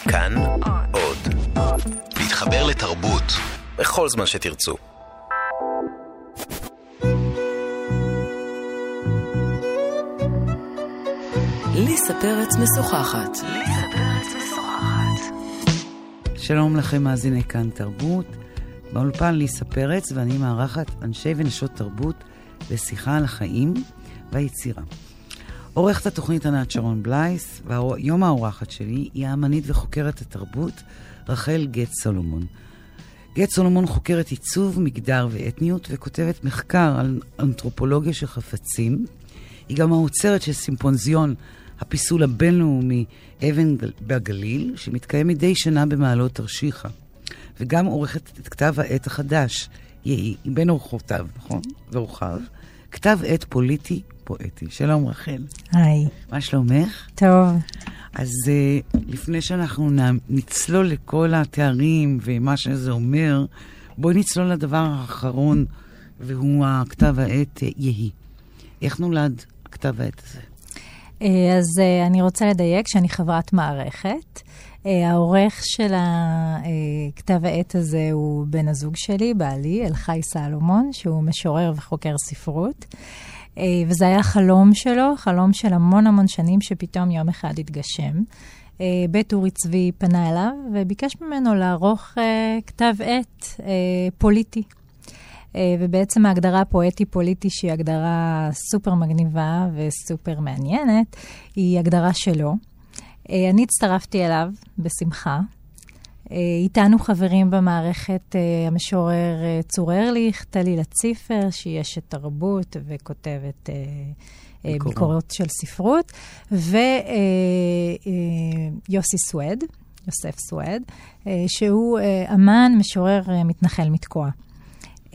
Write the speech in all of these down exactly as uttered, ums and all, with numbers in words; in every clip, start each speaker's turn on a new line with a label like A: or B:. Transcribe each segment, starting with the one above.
A: כאן עוד. להתחבר לתרבות בכל זמן שתרצו.
B: ליסה פרץ משוחחת. ליסה פרץ משוחחת. שלום לכם מאזיני כאן תרבות. באולפן ליסה פרץ ואני מארחת אנשי ונשות תרבות לשיחה על החיים והיצירה. עורכת התוכנית ענת שרון בלייס, והיום האורחת שלי היא האמנית וחוקרת התרבות רחל גט סולומון. גט סולומון חוקרת עיצוב, מגדר ואתניות וכותבת מחקר על אנתרופולוגיה של חפצים. היא גם האוצרת של סימפוזיון הפיסול הבינלאומי אבן בגליל, שמתקיים מדי שנה במעלות תרשיחא. וגם עורכת את כתב העת החדש, היא בין אורחותיו, נכון? ואורחיו. כתב עת פוליטי פואטי. שלום רחל.
C: היי.
B: מה שלומך?
C: טוב.
B: אז uh, לפני שאנחנו נצלול לכל התארים ומה שזה אומר, בואי נצלול לדבר האחרון, והוא הכתב העת יהי. איך נולד הכתב העת הזה?
C: אז uh, אני רוצה לדייק שאני חברת מערכת. Uh, העורך של הכתב העת הזה הוא בן הזוג שלי, בעלי, אלחי סלומון, שהוא משורר וחוקר ספרות. Uh, וזה היה חלום שלו, חלום של המון המון שנים שפתאום יום אחד התגשם. Uh, בית אורי צבי פנה אליו וביקש ממנו לערוך uh, כתב עת uh, פוליטי. Uh, ובעצם ההגדרה פואטי-פוליטי, שהיא הגדרה סופר מגניבה וסופר מעניינת, היא הגדרה שלו. Uh, אני הצטרפתי אליו בשמחה. Uh, איתנו חברים במערכת uh, המשורר uh, צור ארליך, טלי לציפר, שהיא אשת תרבות וכותבת uh, uh, ביקורות של ספרות, ויוסי uh, uh, סואד, יוסף סואד, uh, שהוא uh, אמן, משורר uh, מתנחל מתקוע. Uh,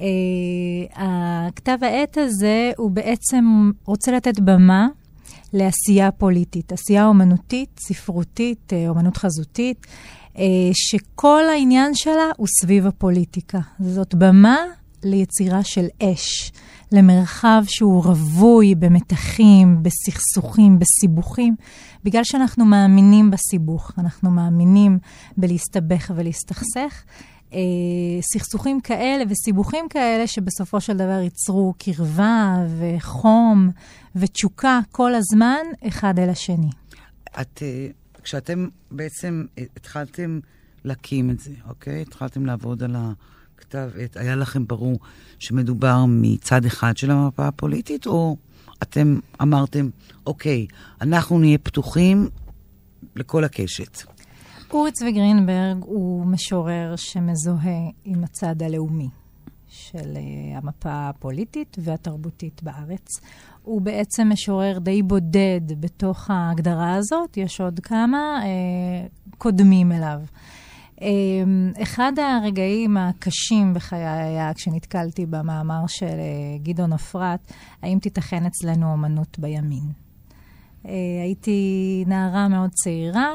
C: הכתב העת הזה הוא בעצם רוצה לתת במה לעשייה פוליטית, עשייה אומנותית, ספרותית, אומנות חזותית, שכל העניין שלה הוא סביב הפוליטיקה. זאת במה ליצירה של אש, למרחב שהוא רווי במתחים, בסכסוכים, בסיבוכים, בגלל שאנחנו מאמינים בסיבוך, אנחנו מאמינים בלהסתבך ולהסתכסך, סכסוכים כאלה וסיבוכים כאלה שבסופו של דבר ייצרו קרבה וחום ותשוקה כל הזמן אחד אל השני.
B: את, כשאתם בעצם התחלתם להקים את זה, אוקיי? התחלתם לעבוד על הכתב, היה לכם ברור שמדובר מצד אחד של המפה הפוליטית, או אתם אמרתם, אוקיי, אנחנו נהיה פתוחים לכל הקשת?
C: אורי צבי גרינברג הוא משורר שמזוהה עם הצד הלאומי של uh, המפה הפוליטית והתרבותית בארץ. הוא בעצם משורר די בודד בתוך ההגדרה הזאת, יש עוד כמה uh, קודמים אליו. Uh, אחד הרגעים הקשים בחיי היה כשנתקלתי במאמר של uh, גדעון אפרת, האם תיתכן אצלנו אומנות בימין. Uh, הייתי נערה מאוד צעירה,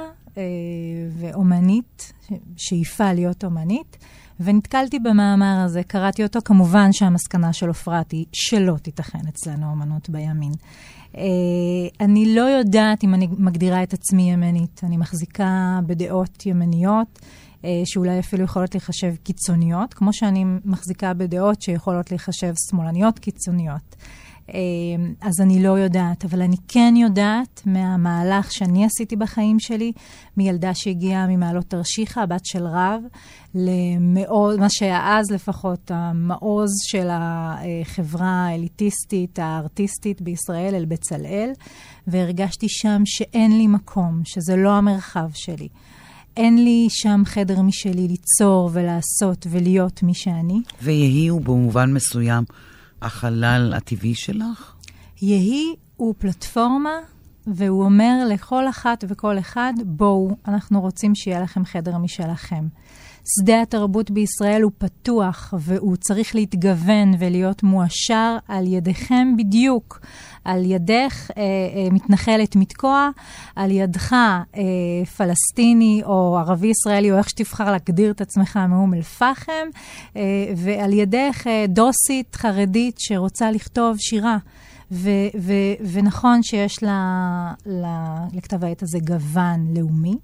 C: ואומנית, שאיפה להיות אומנית, ונתקלתי במאמר הזה, קראתי אותו, כמובן שהמסקנה של אפרת היא שלא תיתכן אצלנו אומנות בימין. אני לא יודעת אם אני מגדירה את עצמי ימנית, אני מחזיקה בדעות ימניות, שאולי אפילו יכולות להיחשב קיצוניות, כמו שאני מחזיקה בדעות שיכולות להיחשב שמאלניות קיצוניות. אז אני לא יודעת, אבל אני כן יודעת מהמהלך שאני עשיתי בחיים שלי, מילדה שהגיעה ממעלות תרשיחא, הבת של רב, למעוז, מה שהיה אז לפחות, המעוז של החברה האליטיסטית, הארטיסטית בישראל, אל בצלאל, והרגשתי שם שאין לי מקום, שזה לא המרחב שלי. אין לי שם חדר משלי ליצור ולעשות ולהיות מי שאני. ויהי הוא במובן מסוים החלל הטבעי שלך? יהי הוא פלטפורמה, והוא אומר לכל אחת וכל אחד, בואו, אנחנו רוצים שיהיה לכם חדר משלכם. שדה התרבות בישראל הוא פתוח, והוא צריך להתגוון ולהיות מואשר על ידיכם בדיוק. על ידך אה, אה, מתנחלת מתקוע, על ידך אה, פלסטיני או ערבי ישראלי, או איך שתבחר להגדיר את עצמך מאום אל פחם, אה, ועל ידך אה, דוסית חרדית שרוצה לכתוב שירה. ו- ו- ונכון שיש לה, לה, לכתב העת הזה גוון לאומי,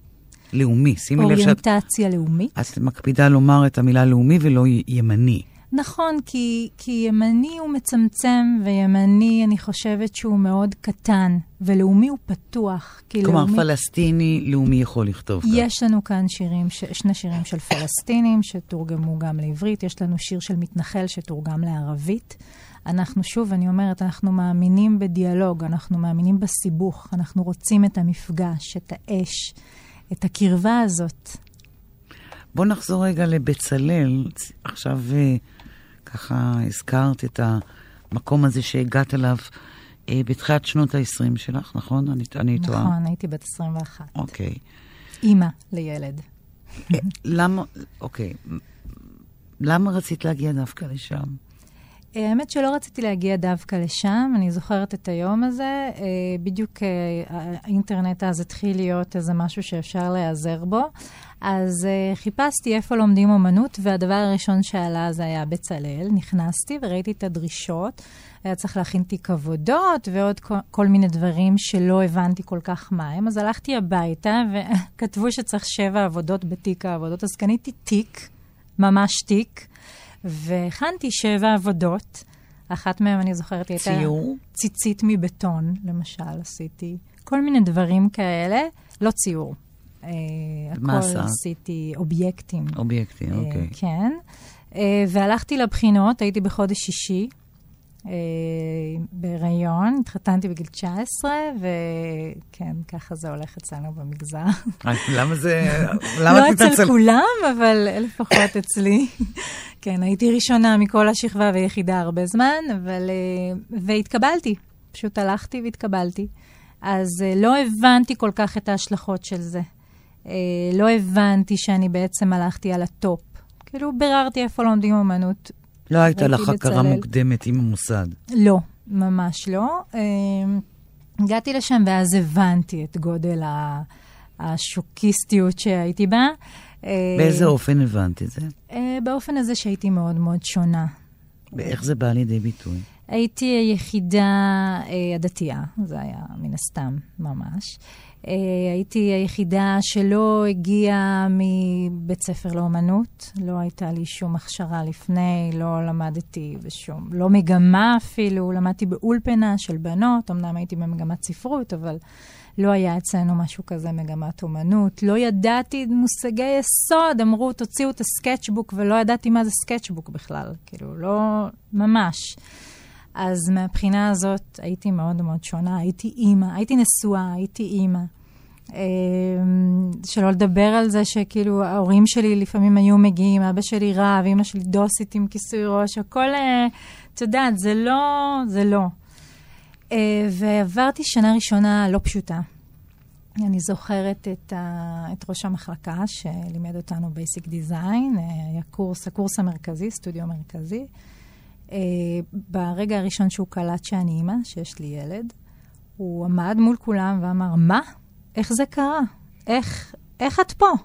B: לאומי. שימי לב שאת...
C: אוריינטציה לאומית.
B: את מקפידה לומר את המילה לאומי ולא ימני.
C: נכון, כי, כי ימני הוא מצמצם, וימני אני חושבת שהוא מאוד קטן, ולאומי הוא פתוח.
B: כלומר,
C: לאומי...
B: פלסטיני, לאומי יכול לכתוב כך.
C: יש לנו כאן שירים, ש... שני שירים של פלסטינים, שתורגמו גם לעברית, יש לנו שיר של מתנחל שתורגם לערבית. אנחנו שוב, אני אומרת, אנחנו מאמינים בדיאלוג, אנחנו מאמינים בסיבוך, אנחנו רוצים את המפגש, את האש, את הקרבה הזאת.
B: בוא נחזור רגע לבצלאל. עכשיו ככה הזכרת את המקום הזה שהגעת אליו בתחילת שנות ה-עשרים שלך, נכון? אני, אני
C: נכון,
B: טועה.
C: נכון, הייתי בת עשרים ואחת.
B: אוקיי.
C: אימא לילד.
B: למה, אוקיי. למה רצית להגיע דווקא לשם?
C: האמת שלא רציתי להגיע דווקא לשם, אני זוכרת את היום הזה, בדיוק האינטרנט אז התחיל להיות איזה משהו שאפשר להיעזר בו, אז חיפשתי איפה לומדים אומנות, והדבר הראשון שעלה זה היה בצלאל, נכנסתי וראיתי את הדרישות, היה צריך להכין תיק עבודות ועוד כל מיני דברים שלא הבנתי כל כך מה הם, אז הלכתי הביתה וכתבו שצריך שבע עבודות בתיק העבודות, אז קניתי תיק, ממש תיק, והכנתי שבע עבודות. אחת מהן, אני זוכרת, הייתה
B: ציור?
C: ציצית מבטון, למשל, עשיתי. כל מיני דברים כאלה, לא ציור.
B: מה
C: הכל
B: עשה?
C: עשיתי אובייקטים.
B: אובייקטים, אוקיי.
C: כן. והלכתי לבחינות, הייתי בחודש שישי, בהיריון, התחתנתי בגיל תשע עשרה, וכן, ככה זה הולך אצלנו במגזר.
B: למה זה...
C: לא אצל כולם, אבל לפחות אצלי. כן, הייתי ראשונה מכל השכבה ויחידה הרבה זמן, אבל... והתקבלתי. פשוט הלכתי והתקבלתי. אז לא הבנתי כל כך את ההשלכות של זה. לא הבנתי שאני בעצם הלכתי על הטופ. כאילו, ביררתי איפה לומדים אומנות.
B: לא הייתה לך הכרה מוקדמת עם המוסד?
C: לא, ממש לא. הגעתי לשם ואז הבנתי את גודל השוקיסטיות שהייתי בה.
B: באיזה אופן הבנת את זה?
C: באופן הזה שהייתי מאוד מאוד שונה.
B: ואיך זה בא לידי ביטוי?
C: הייתי היחידה הדתייה, זה היה מן הסתם ממש. הייתי היחידה שלא הגיעה מבית ספר לאומנות, לא הייתה לי שום הכשרה לפני, לא למדתי בשום, לא מגמה אפילו, למדתי באולפנה של בנות, אמנם הייתי במגמת ספרות, אבל לא היה אצלנו משהו כזה מגמת אומנות, לא ידעתי מושגי יסוד, אמרו תוציאו את הסקצ'בוק, ולא ידעתי מה זה סקצ'בוק בכלל, כאילו לא ממש. אז מהבחינה הזאת הייתי מאוד מאוד שונה, הייתי אימא, הייתי נשואה, הייתי אימא. שלא לדבר על זה שכאילו ההורים שלי לפעמים היו מגיעים, אבא שלי רב, אמא שלי דוסית עם כיסוי ראש, הכל, את יודעת, זה לא, זה לא. ועברתי שנה ראשונה לא פשוטה. אני זוכרת את, ה, את ראש המחלקה שלימד אותנו בייסיק דיזיין, היה קורס, הקורס המרכזי, סטודיו מרכזי. Uh, ברגע הראשון שהוא קלט שאני אימא, שיש לי ילד, הוא עמד מול כולם ואמר, מה? איך זה קרה? איך, איך את פה?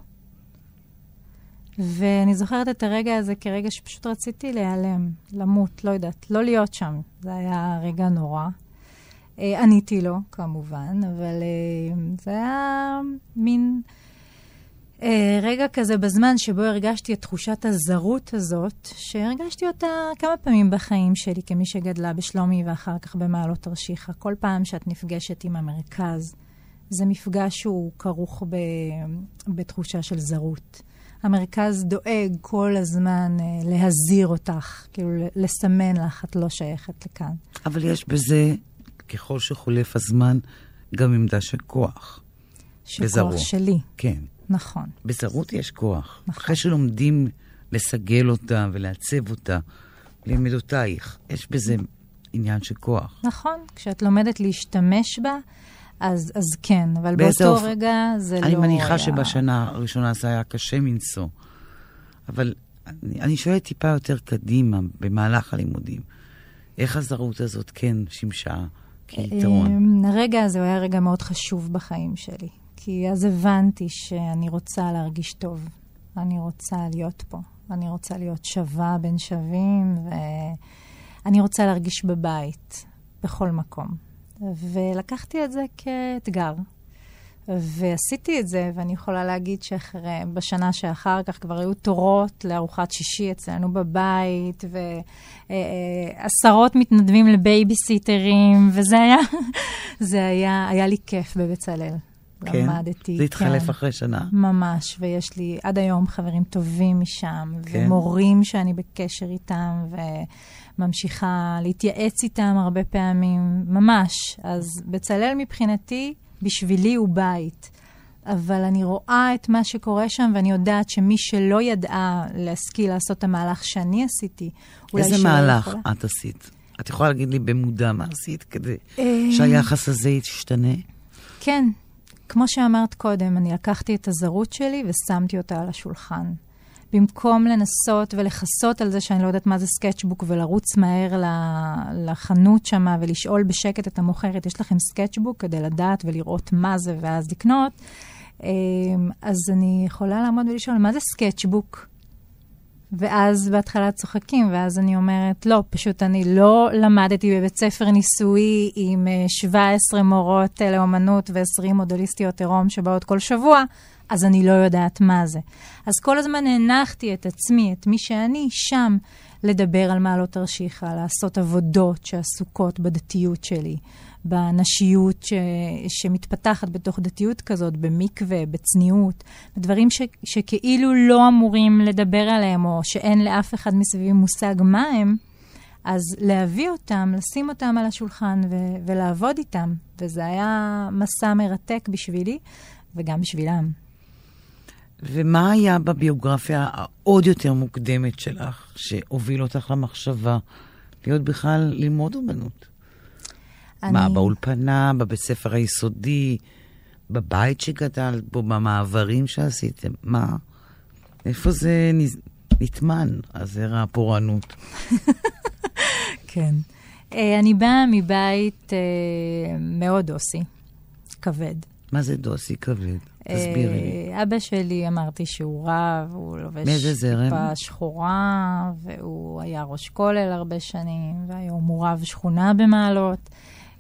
C: ואני זוכרת את הרגע הזה כרגע שפשוט רציתי להיעלם, למות, לא יודעת, לא להיות שם. זה היה רגע נורא. Uh, עניתי לו, כמובן, אבל uh, זה היה מין... Uh, רגע כזה בזמן שבו הרגשתי את תחושת הזרות הזאת, שהרגשתי אותה כמה פעמים בחיים שלי, כמי שגדלה בשלומי ואחר כך במעלות תרשיחא. כל פעם שאת נפגשת עם המרכז, זה מפגש שהוא כרוך ב... בתחושה של זרות. המרכז דואג כל הזמן uh, להזיר אותך, כאילו לסמן לך, את לא שייכת לכאן.
B: אבל יש בזה, ככל שחולף הזמן, גם עמדה של כוח.
C: של כוח שלי.
B: כן.
C: נכון.
B: בזרות יש כוח.
C: נכון.
B: אחרי שלומדים לסגל אותה ולעצב אותה, ללמדותייך, יש בזה עניין של כוח.
C: נכון. כשאת לומדת להשתמש בה, אז, אז כן. אבל באותו אופ... רגע זה
B: אני
C: לא היה...
B: אני מניחה שבשנה הראשונה זה היה קשה מנשוא. אבל אני, אני שואלת טיפה יותר קדימה, במהלך הלימודים. איך הזרות הזאת כן שימשה כיתרון?
C: הרגע הזה הוא היה רגע מאוד חשוב בחיים שלי. כי אז הבנתי שאני רוצה להרגיש טוב. אני רוצה להיות פה. אני רוצה להיות שווה בין שווים, ואני רוצה להרגיש בבית, בכל מקום. ולקחתי את זה כאתגר. ועשיתי את זה, ואני יכולה להגיד שבשנה שאחר כך כבר היו תורות לארוחת שישי אצלנו בבית, ועשרות מתנדבים לבייביסיטרים, וזה היה, זה היה, היה לי כיף בבצלאל.
B: כן,
C: למדתי,
B: זה התחלף
C: כן,
B: אחרי שנה.
C: ממש, ויש לי עד היום חברים טובים משם,
B: כן.
C: ומורים שאני בקשר איתם, וממשיכה להתייעץ איתם הרבה פעמים, ממש. אז בצלאל מבחינתי, בשבילי הוא בית. אבל אני רואה את מה שקורה שם, ואני יודעת שמי שלא ידעה להשכיל לעשות את המהלך שאני עשיתי, אולי
B: איזה
C: שלא
B: מהלך
C: יכולה.
B: את עשית? את יכולה להגיד לי במודע מה עשית כדי שהיחס הזה ישתנה?
C: כן. כמו שאמרת קודם, אני לקחתי את הזרות שלי ושמתי אותה על השולחן. במקום לנסות ולחסות על זה שאני לא יודעת מה זה סקצ'בוק ולרוץ מהר לחנות שמה ולשאול בשקט את המוכרת, יש לכם סקצ'בוק כדי לדעת ולראות מה זה ואז לקנות. אז אני יכולה לעמוד ולשאול, מה זה סקצ'בוק? ואז בהתחלה צוחקים, ואז אני אומרת, לא, פשוט אני לא למדתי בבית ספר ניסויי עם שבע עשרה מורות לאומנות ו-עשרים מודליסטיות עירום שבאות כל שבוע, אז אני לא יודעת מה זה. אז כל הזמן הנחתי את עצמי, את מי שאני, שם לדבר על מעלות תרשיחא, לעשות עבודות שעסוקות בדתיות שלי, בנשיות ש... שמתפתחת בתוך דתיות כזאת, במקווה, בצניעות, בדברים ש... שכאילו לא אמורים לדבר עליהם, או שאין לאף אחד מסביבי מושג מה הם, אז להביא אותם, לשים אותם על השולחן ו... ולעבוד איתם. וזה היה מסע מרתק בשבילי, וגם בשבילם.
B: ומה היה בביוגרפיה העוד יותר מוקדמת שלך, שהוביל אותך למחשבה, להיות בכלל ללמוד אומנות? אני... מה, באולפנה, בבית ספר היסודי, בבית שגדלת בו, במעברים שעשיתם? מה? איפה זה נטמן, הזרע הפורענות?
C: כן. אני באה מבית מאוד דוסי, כבד.
B: מה זה דוסי כבד? תסבירי לי.
C: אבא שלי, אמרתי שהוא רב, הוא לובש כיפה שחורה, והוא היה ראש כולל הרבה שנים, והיום הוא רב שכונה במעלות.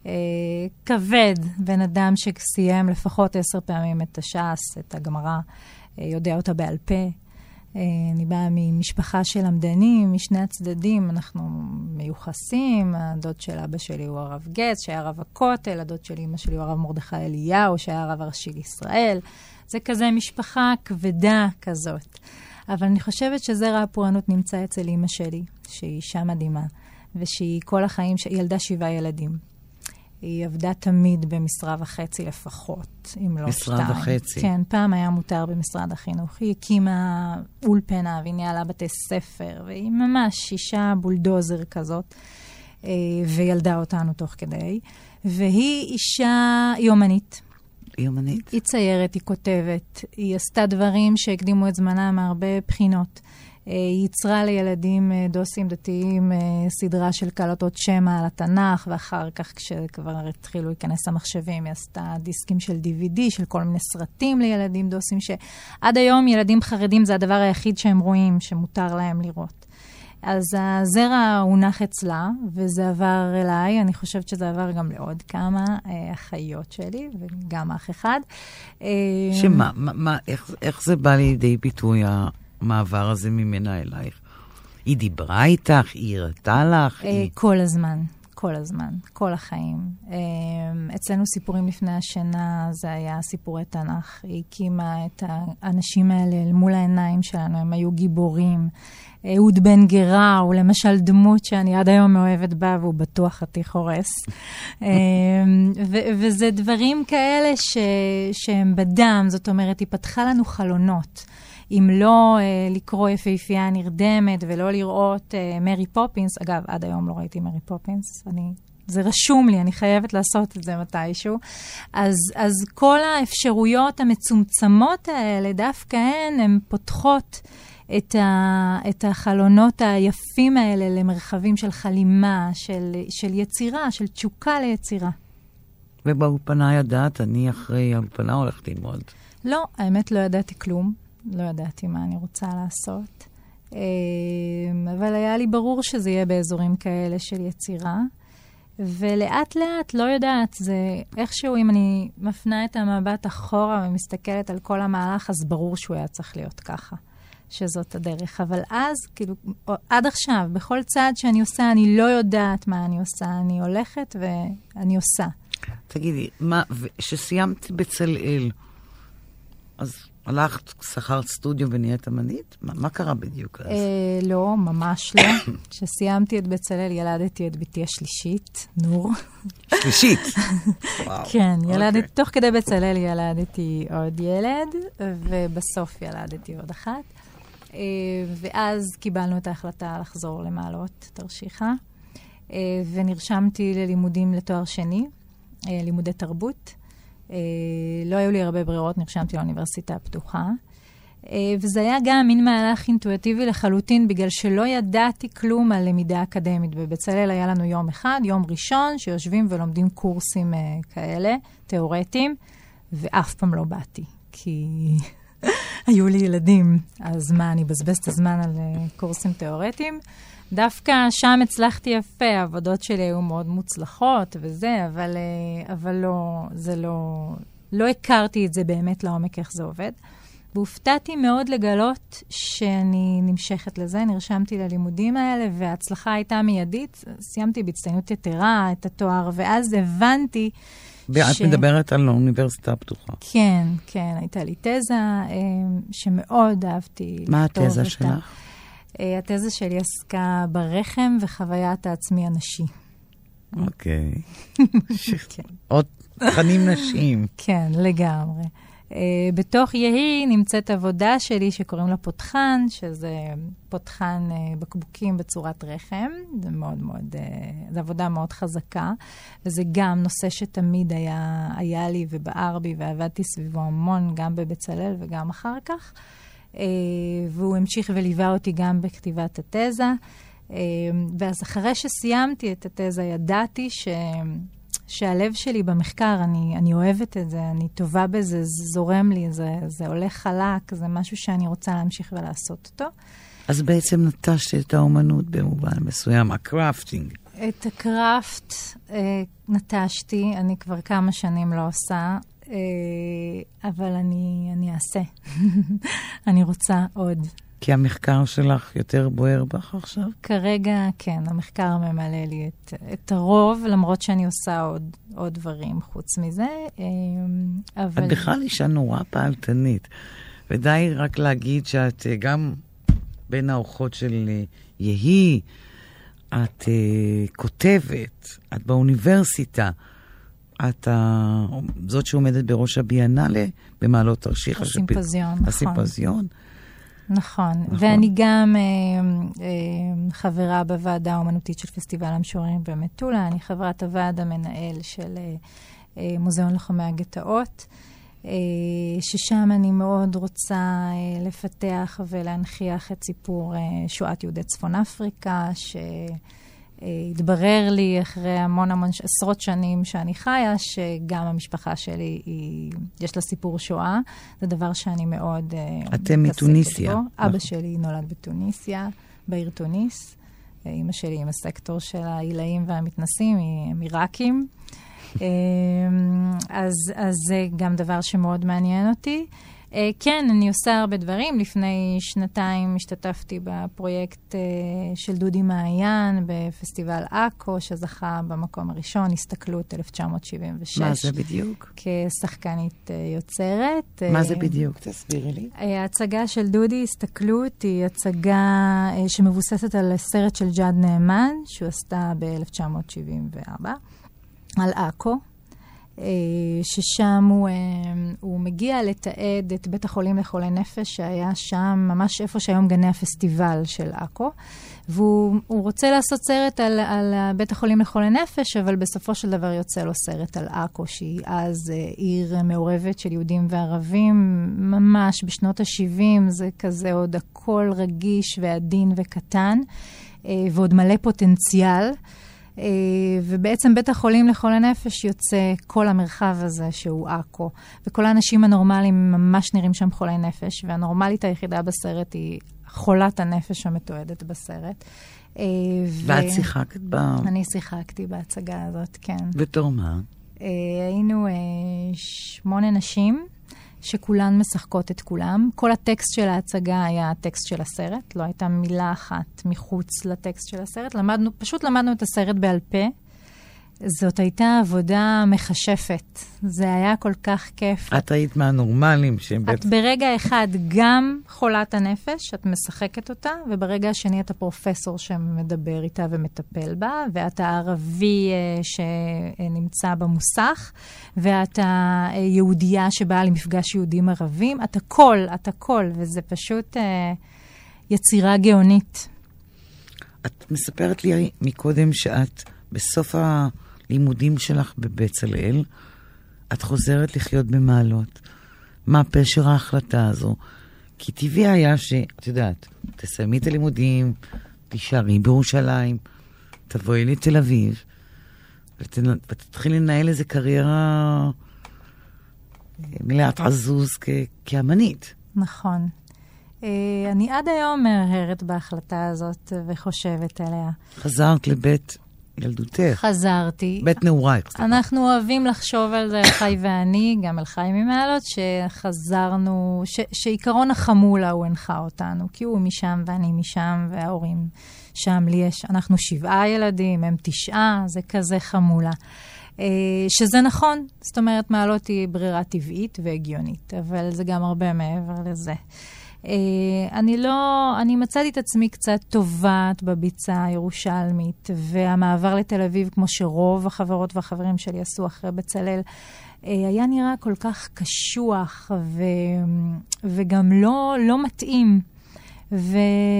C: כבד, בן אדם שסיים לפחות עשר פעמים את הש"ס, את הגמרא, יודע אותה בעל פה. אני באה ממשפחה של למדנים, משני הצדדים, אנחנו מיוחסים. הדוד של אבא שלי הוא הרב גץ, שהיה רב הכותל, הדוד של אמא שלי הוא הרב מרדכי אליהו, שהיה הרב הראשי לישראל. זה כזה משפחה כבדה כזאת. אבל אני חושבת שזרע הפורענות נמצא אצל אמא שלי, שהיא אישה מדהימה, ושהיא כל החיים, היא ילדה שבעה ילדים. היא עבדה תמיד במשרה וחצי לפחות, אם לא שתיים.
B: משרה וחצי.
C: כן, פעם היה מותר במשרד החינוך. היא הקימה אולפנה, והיא ניהלה בתי ספר, והיא ממש אישה בולדוזר כזאת, וילדה אותנו תוך כדי. והיא אישה יומנית.
B: יומנית?
C: היא ציירת, היא כותבת. היא עשתה דברים שהקדימו את זמנה מהרבה בחינות. היא יצרה לילדים דוסים דתיים סדרה של קלטות שמע על התנ"ך, ואחר כך כשכבר התחילו להיכנס המחשבים, היא עשתה דיסקים של די וי די, של כל מיני סרטים לילדים דוסים, שעד היום ילדים חרדים זה הדבר היחיד שהם רואים, שמותר להם לראות. אז הזרע הונח אצלה, וזה עבר אליי, אני חושבת שזה עבר גם לעוד כמה אחיות שלי, וגם אח אחד.
B: שמה, מה, איך, איך זה בא לידי ביטוי המעבר הזה ממנה אלייך? היא דיברה איתך? היא הראתה לך? היא...
C: כל הזמן, כל הזמן, כל החיים. אצלנו סיפורים לפני השינה, זה היה סיפורי תנ"ך. היא הקימה את האנשים האלה מול העיניים שלנו, הם היו גיבורים. אהוד בן גרה, הוא למשל דמות שאני עד היום מאוהבת בה, והוא בטוח חתיך הורס. ו- וזה דברים כאלה ש- שהם בדם, זאת אומרת, היא פתחה לנו חלונות. אם לא uh, לקרוא יפהפייה נרדמת, ולא לראות uh, מרי פופינס, אגב, עד היום לא ראיתי מרי פופינס, אני, זה רשום לי, אני חייבת לעשות את זה מתישהו. אז, אז כל האפשרויות המצומצמות האלה, דווקא הן, הן פותחות את, ה, את החלונות היפים האלה למרחבים של חלימה, של, של יצירה, של תשוקה ליצירה.
B: ובאולפנה ידעת, אני אחרי האולפנה הולכת ללמוד.
C: לא, האמת לא ידעתי כלום. לא ידעתי מה אני רוצה לעשות. אבל היה לי ברור שזה יהיה באזורים כאלה של יצירה. ולאט לאט, לא יודעת, זה איכשהו אם אני מפנה את המבט אחורה ומסתכלת על כל המהלך, אז ברור שהוא היה צריך להיות ככה, שזאת הדרך. אבל אז, כאילו, עד עכשיו, בכל צעד שאני עושה, אני לא יודעת מה אני עושה. אני הולכת ואני עושה.
B: תגידי, מה, שסיימת בצלאל, אז הלכת, שכרת סטודיו ונהיית אמנית? מה, מה קרה בדיוק אז?
C: אה, לא, ממש לא. כשסיימתי את בצלאל, ילדתי את ביתי השלישית, נור.
B: שלישית?
C: וואו. כן, ילדתי, תוך כדי בצלאל ילדתי עוד ילד, ובסוף ילדתי עוד אחת. אה, ואז קיבלנו את ההחלטה לחזור למעלות תרשיחא, אה, ונרשמתי ללימודים לתואר שני, אה, לימודי תרבות. Uh, לא היו לי הרבה ברירות, נרשמתי לאוניברסיטה הפתוחה. Uh, וזה היה גם מין מהלך אינטואיטיבי לחלוטין, בגלל שלא ידעתי כלום על למידה אקדמית. בבצלאל היה לנו יום אחד, יום ראשון, שיושבים ולומדים קורסים uh, כאלה, תיאורטיים, ואף פעם לא באתי, כי היו לי ילדים. אז מה, אני בזבז את הזמן על uh, קורסים תיאורטיים? דווקא שם הצלחתי יפה, העבודות שלי היו מאוד מוצלחות וזה, אבל, אבל לא, זה לא, לא הכרתי את זה באמת לעומק איך זה עובד. והופתעתי מאוד לגלות שאני נמשכת לזה, נרשמתי ללימודים האלה, וההצלחה הייתה מיידית. סיימתי בהצטיינות יתרה את התואר, ואז הבנתי
B: ואת ש... מדברת על האוניברסיטה הפתוחה.
C: כן, כן, הייתה לי תזה שמאוד אהבתי.
B: מה התזה שלך?
C: התזה שלי עסקה ברחם וחוויית העצמי הנשי.
B: אוקיי. עוד תכנים נשיים.
C: כן, לגמרי. בתוך יהי נמצאת עבודה שלי שקוראים לה פותחן, שזה פותחן בקבוקים בצורת רחם. זה מאוד מאוד, זו עבודה מאוד חזקה. וזה גם נושא שתמיד היה, היה לי ובער בי, ועבדתי סביבו המון, גם בבצלאל וגם אחר כך. Uh, והוא המשיך וליווה אותי גם בכתיבת התזה. Uh, ואז אחרי שסיימתי את התזה, ידעתי ש... שהלב שלי במחקר, אני, אני אוהבת את זה, אני טובה בזה, זה זורם לי, זה, זה הולך חלק, זה משהו שאני רוצה להמשיך ולעשות אותו.
B: אז בעצם נטשת את האומנות במובן מסוים, הקראפטינג.
C: את הקראפט uh, נטשתי, אני כבר כמה שנים לא עושה. אבל אני, אני אעשה. אני רוצה עוד.
B: כי המחקר שלך יותר בוער בך עכשיו?
C: כרגע, כן, המחקר ממלא לי את, את הרוב, למרות שאני עושה עוד, עוד דברים חוץ מזה. אבל...
B: את בכלל אישה נורא פעלתנית, ודי רק להגיד שאת גם בין האורחות של יהי, את uh, כותבת, את באוניברסיטה, את ה... זאת שעומדת בראש הביאנלה במעלות תרשיחא.
C: הסימפוזיון, נכון.
B: הסימפוזיון.
C: נכון. נכון. ואני גם אה, אה, חברה בוועדה האומנותית של פסטיבל המשוררים במטולה. אני חברת הוועד המנהל של אה, אה, מוזיאון לוחמי הגטאות, אה, ששם אני מאוד רוצה אה, לפתח ולהנכיח את סיפור אה, שואת יהודי צפון אפריקה, ש... התברר לי אחרי המון המון עשרות שנים שאני חיה, שגם המשפחה שלי, היא, יש לה סיפור שואה. זה דבר שאני מאוד...
B: אתם מתוניסיה.
C: אבא שלי נולד בתוניסיה, בעיר תוניס. אמא שלי עם הסקטור של העילאים והמתנסים, היא עיראקים. אז, אז זה גם דבר שמאוד מעניין אותי. Uh, כן, אני עושה הרבה דברים. לפני שנתיים השתתפתי בפרויקט uh, של דודי מעיין בפסטיבל אקו, שזכה במקום הראשון, הסתכלות אלף תשע מאות שבעים ושש.
B: מה זה בדיוק?
C: כשחקנית uh, יוצרת.
B: מה uh, זה בדיוק? תסבירי לי.
C: Uh, ההצגה של דודי, הסתכלות, היא הצגה uh, שמבוססת על סרט של ג'אד נאמן, שהוא עשתה ב-אלף תשע מאות שבעים וארבע, על אקו. ששם הוא, הוא מגיע לתעד את בית החולים לחולי נפש, שהיה שם ממש איפה שהיום גני הפסטיבל של אקו, והוא רוצה לעשות סרט על, על בית החולים לחולי נפש, אבל בסופו של דבר יוצא לו סרט על אקו, שהיא אז עיר מעורבת של יהודים וערבים, ממש בשנות ה-שבעים, זה כזה עוד הכל רגיש ועדין וקטן, ועוד מלא פוטנציאל. Uh, ובעצם בית החולים לכל הנפש יוצא כל המרחב הזה שהוא אקו, וכל האנשים הנורמליים ממש נראים שם חולי נפש, והנורמלית היחידה בסרט היא חולת הנפש המתועדת בסרט.
B: ואת שיחקת בה?
C: אני שיחקתי בהצגה הזאת, כן.
B: בתור מה?
C: היינו שמונה נשים, שכולן משחקות את כולם. כל הטקסט של ההצגה היה הטקסט של הסרט, לא הייתה מילה אחת מחוץ לטקסט של הסרט. למדנו, פשוט למדנו את הסרט בעל פה. זאת הייתה עבודה מחשפת. זה היה כל כך כיף.
B: את היית מהנורמלים שהם...
C: את ברגע אחד גם חולת הנפש, את משחקת אותה, וברגע השני את הפרופסור שמדבר איתה ומטפל בה, ואת הערבי שנמצא במוסך, ואת היהודייה שבאה למפגש יהודים ערבים. את הכל, את הכל, וזה פשוט יצירה גאונית.
B: את מספרת לי מקודם שאת בסוף ה... לימודים שלך בבצלאל, את חוזרת לחיות במעלות. מה פשר ההחלטה הזו? כי טבעי היה שאת יודעת, תסיימי את הלימודים, תישארי בירושלים, תבואי לתל אביב, ותתחיל לנהל איזו קריירה מלאת עזוז כאמנית.
C: נכון. אני עד היום מהרהרת בהחלטה הזאת וחושבת עליה.
B: חזרת לבית... ילדותך.
C: חזרתי.
B: בית נעורייך.
C: אנחנו אוהבים לחשוב על זה, חי ואני, גם על חי ממעלות, שחזרנו, ש, שעיקרון החמולה הוא הנחה אותנו, כי הוא משם ואני משם, וההורים שם לי יש, אנחנו שבעה ילדים, הם תשעה, זה כזה חמולה. שזה נכון, זאת אומרת, מעלות היא ברירה טבעית והגיונית, אבל זה גם הרבה מעבר לזה. Uh, אני לא, אני מצאתי את עצמי קצת טובעת בביצה הירושלמית, והמעבר לתל אביב, כמו שרוב החברות והחברים שלי עשו אחרי בצלאל, uh, היה נראה כל כך קשוח, ו, וגם לא, לא מתאים. ו,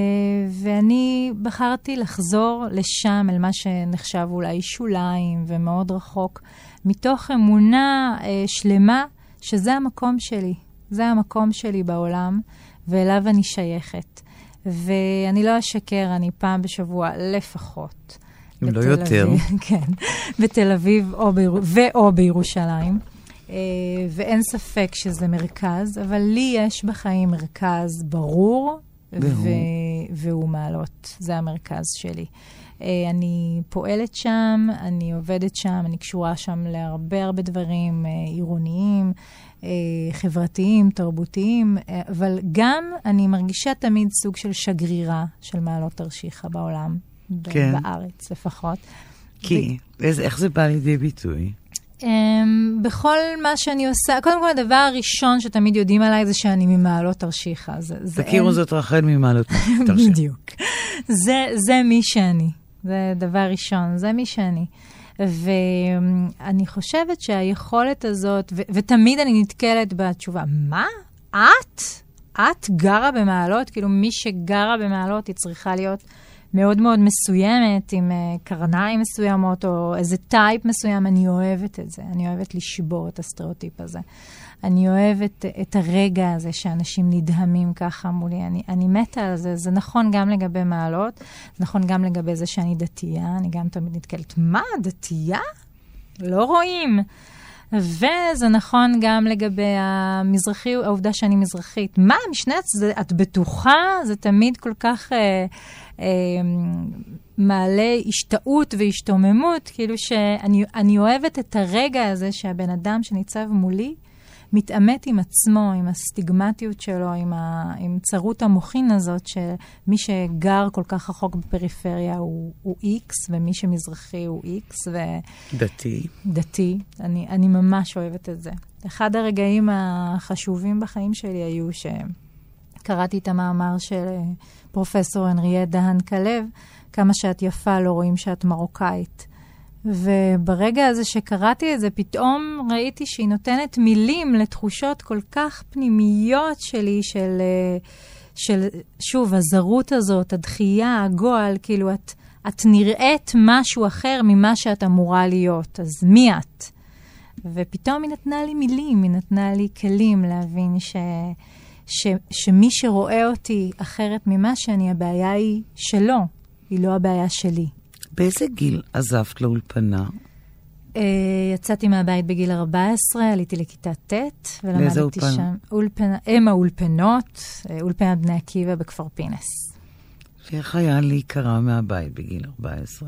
C: ואני בחרתי לחזור לשם, אל מה שנחשב אולי שוליים ומאוד רחוק, מתוך אמונה uh, שלמה, שזה המקום שלי. זה המקום שלי בעולם. ואליו אני שייכת. ואני לא אשקר, אני פעם בשבוע לפחות.
B: אם לא יותר.
C: כן, בתל אביב או ביר... ואו בירושלים. ואין ספק שזה מרכז, אבל לי יש בחיים מרכז ברור, ו... והוא מעלות. זה המרכז שלי. אני פועלת שם, אני עובדת שם, אני קשורה שם להרבה הרבה דברים עירוניים, חברתיים, תרבותיים, אבל גם אני מרגישה תמיד סוג של שגרירה של מעלות תרשיחא בעולם, כן. בארץ לפחות.
B: כי, ו... איך, איך זה בא לידי ביטוי?
C: Um, בכל מה שאני עושה, קודם כל הדבר הראשון שתמיד יודעים עליי זה שאני ממעלות תרשיחא.
B: תכירו אין... זאת רחל ממעלות תרשיחא.
C: בדיוק. זה, זה מי שאני. זה דבר ראשון, זה מי שאני. ואני חושבת שהיכולת הזאת, ו- ותמיד אני נתקלת בתשובה, מה? את? את גרה במעלות? כאילו מי שגרה במעלות היא צריכה להיות מאוד מאוד מסוימת, עם uh, קרניים מסוימות, או איזה טייפ מסוים. אני אוהבת את זה. אני אוהבת לשבור את הסטריאוטיפ הזה. אני אוהבת את הרגע הזה שאנשים נדהמים ככה מולי. אני, אני מתה על זה. זה נכון גם לגבי מעלות, זה נכון גם לגבי זה שאני דתייה. אני גם תמיד נתקלת, מה, דתייה? לא רואים. וזה נכון גם לגבי המזרחי, העובדה שאני מזרחית. מה, משני הצדדים, את בטוחה? זה תמיד כל כך אה, אה, מעלה השתאות והשתוממות, כאילו שאני אני אוהבת את הרגע הזה שהבן אדם שניצב מולי, מתאמת עם עצמו, עם הסטיגמטיות שלו, עם, ה, עם צרות המוחין הזאת, שמי שגר כל כך רחוק בפריפריה הוא, הוא X, ומי שמזרחי הוא X. ו...
B: דתי.
C: דתי. אני, אני ממש אוהבת את זה. אחד הרגעים החשובים בחיים שלי היו שקראתי את המאמר של פרופסור הנריה דהן כלב, כמה שאת יפה לא רואים שאת מרוקאית. וברגע הזה שקראתי את זה, פתאום ראיתי שהיא נותנת מילים לתחושות כל כך פנימיות שלי, של, של שוב, הזרות הזאת, הדחייה, הגועל, כאילו את, את נראית משהו אחר ממה שאת אמורה להיות, אז מי את? ופתאום היא נתנה לי מילים, היא נתנה לי כלים להבין ש, ש, שמי שרואה אותי אחרת ממה שאני, הבעיה היא שלו, היא לא הבעיה שלי.
B: באיזה גיל עזבת לאולפנה?
C: Uh, יצאתי מהבית בגיל ארבע עשרה, עליתי לכיתה ט' ולמדתי אולפנה? שם. אולפנה, הם האולפנות, אולפנת בני עקיבא בכפר פינס.
B: איך היה להיקרא מהבית בגיל ארבע עשרה?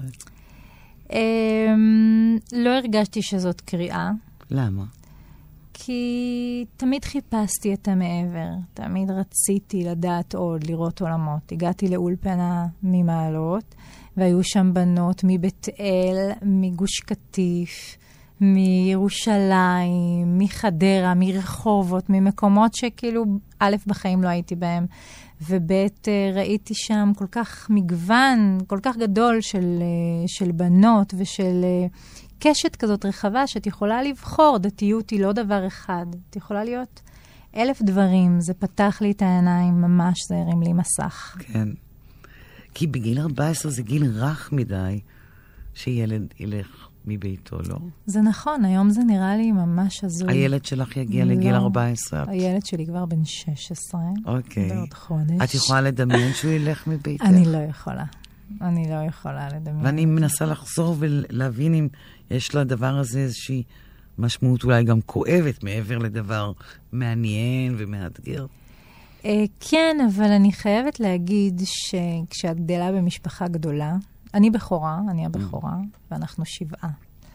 C: לא הרגשתי שזאת קריאה.
B: למה?
C: כי תמיד חיפשתי את המעבר. תמיד רציתי לדעת עוד, לראות עולמות. הגעתי לאולפנה ממעלות, והיו שם בנות מבית אל, מגוש קטיף, מירושלים, מחדרה, מרחובות, ממקומות שכאילו א' בחיים לא הייתי בהם. ובית ראיתי שם כל כך מגוון, כל כך גדול של, של בנות ושל קשת כזאת רחבה, שאת יכולה לבחור. דתיות היא לא דבר אחד. את יכולה להיות אלף דברים. זה פתח לי את העיניים, ממש זה הרים לי מסך.
B: כן. כי בגיל ארבע עשרה זה גיל רך מדי שילד ילך מביתו, לא?
C: זה נכון, היום זה נראה לי ממש הזוי.
B: הילד שלך יגיע לא, לגיל ארבע עשרה?
C: הילד שלי כבר בן שש עשרה.
B: אוקיי.
C: בעוד חודש.
B: את יכולה לדמיין שהוא ילך מביתך?
C: אני לא יכולה. אני לא יכולה לדמיין.
B: ואני מנסה לחזור ולהבין אם יש לדבר הזה איזושהי משמעות אולי גם כואבת, מעבר לדבר מעניין ומאתגר.
C: כן, אבל אני חייבת להגיד שכשאת גדלה במשפחה גדולה, אני בחורה, אני הבחורה, ואנחנו שבעה.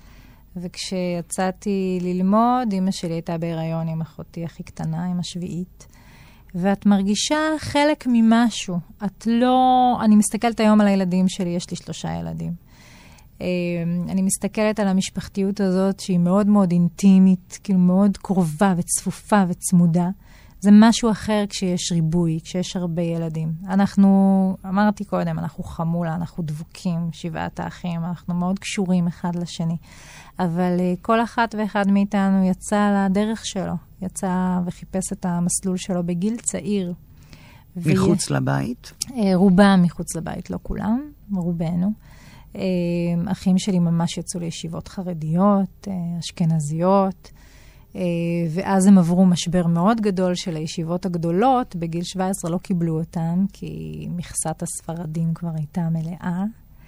C: וכשיצאתי ללמוד, אמא שלי הייתה בהיריון עם אחותי הכי קטנה, עם השביעית, ואת מרגישה חלק ממשהו. את לא... אני מסתכלת היום על הילדים שלי, יש לי שלושה ילדים. אני מסתכלת על המשפחתיות הזאת, שהיא מאוד מאוד אינטימית, כאילו מאוד קרובה וצפופה וצמודה. זה משהו אחר כשיש ריבוי, כשיש הרבה ילדים. אנחנו, אמרתי קודם, אנחנו חמולה, אנחנו דבוקים, שבעת האחים, אנחנו מאוד קשורים אחד לשני. אבל כל אחת ואחד מאיתנו יצא לדרך שלו, יצא וחיפש את המסלול שלו בגיל צעיר.
B: מחוץ ו... לבית?
C: רובם מחוץ לבית, לא כולם, רובנו. אחים שלי ממש יצאו לישיבות חרדיות, אשכנזיות, ואז הם עברו משבר מאוד גדול של הישיבות הגדולות. בגיל שבע עשרה לא קיבלו אותם, כי מכסת הספרדים כבר הייתה מלאה.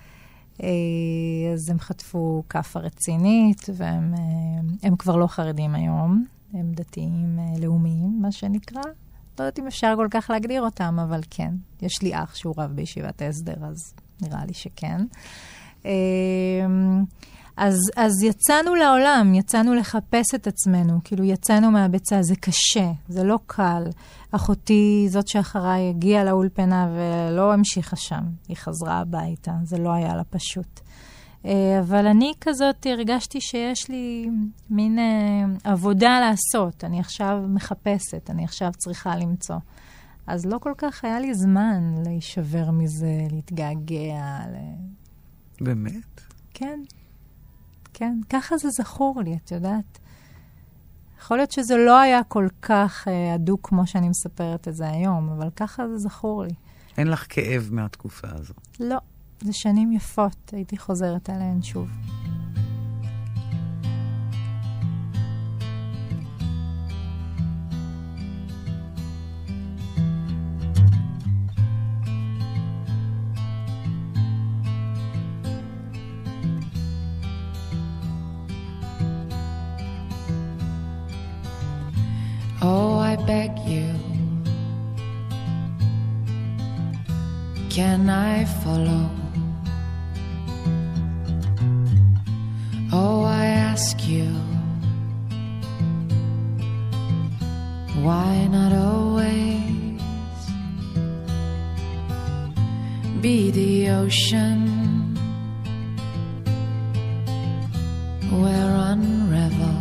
C: אז הם חטפו כפה רצינית, והם הם כבר לא חרדים היום. הם דתיים לאומיים, מה שנקרא. לא יודעת אם אפשר כל כך להגדיר אותם, אבל כן. יש לי אח שהוא רב בישיבת הסדר, אז נראה לי שכן. אז, אז יצאנו לעולם, יצאנו לחפש את עצמנו, כאילו יצאנו מהביצה, זה קשה, זה לא קל. אחותי, זאת שאחריי, הגיעה לאולפנה ולא המשיכה שם, היא חזרה הביתה, זה לא היה לה פשוט. אבל אני כזאת הרגשתי שיש לי מין עבודה לעשות, אני עכשיו מחפשת, אני עכשיו צריכה למצוא. אז לא כל כך היה לי זמן להישבר מזה, להתגעגע. ל...
B: באמת?
C: כן. כן, ככה זה זכור לי, את יודעת. יכול להיות שזה לא היה כל כך אה, עדוק כמו שאני מספרת את זה היום, אבל ככה זה זכור לי.
B: אין לך כאב מהתקופה הזו?
C: לא, זה שנים יפות, הייתי חוזרת עליהן שוב.
D: Oh, I beg you, can I follow? Oh, I ask you, why not always be the ocean where unravel?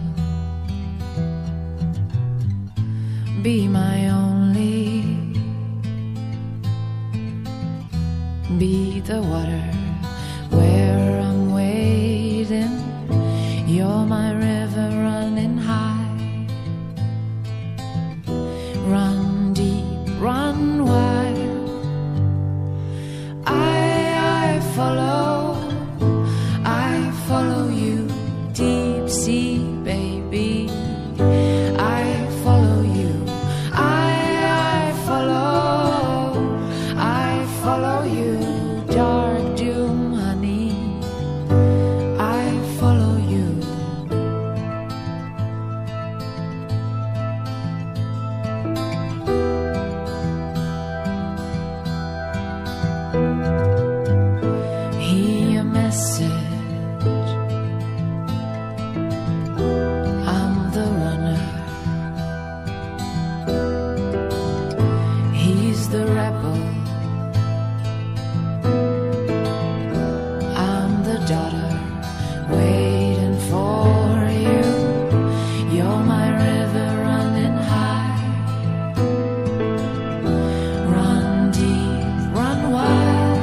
D: Be my only, be the water where I'm waiting. You're my river running high, run deep, run wide. I, I follow, I follow you, deep sea baby. I follow you. Follow you, dark doom, honey. I follow you. She's the rebel. I'm the daughter waiting for you. You're my river running high. Run deep, run wide.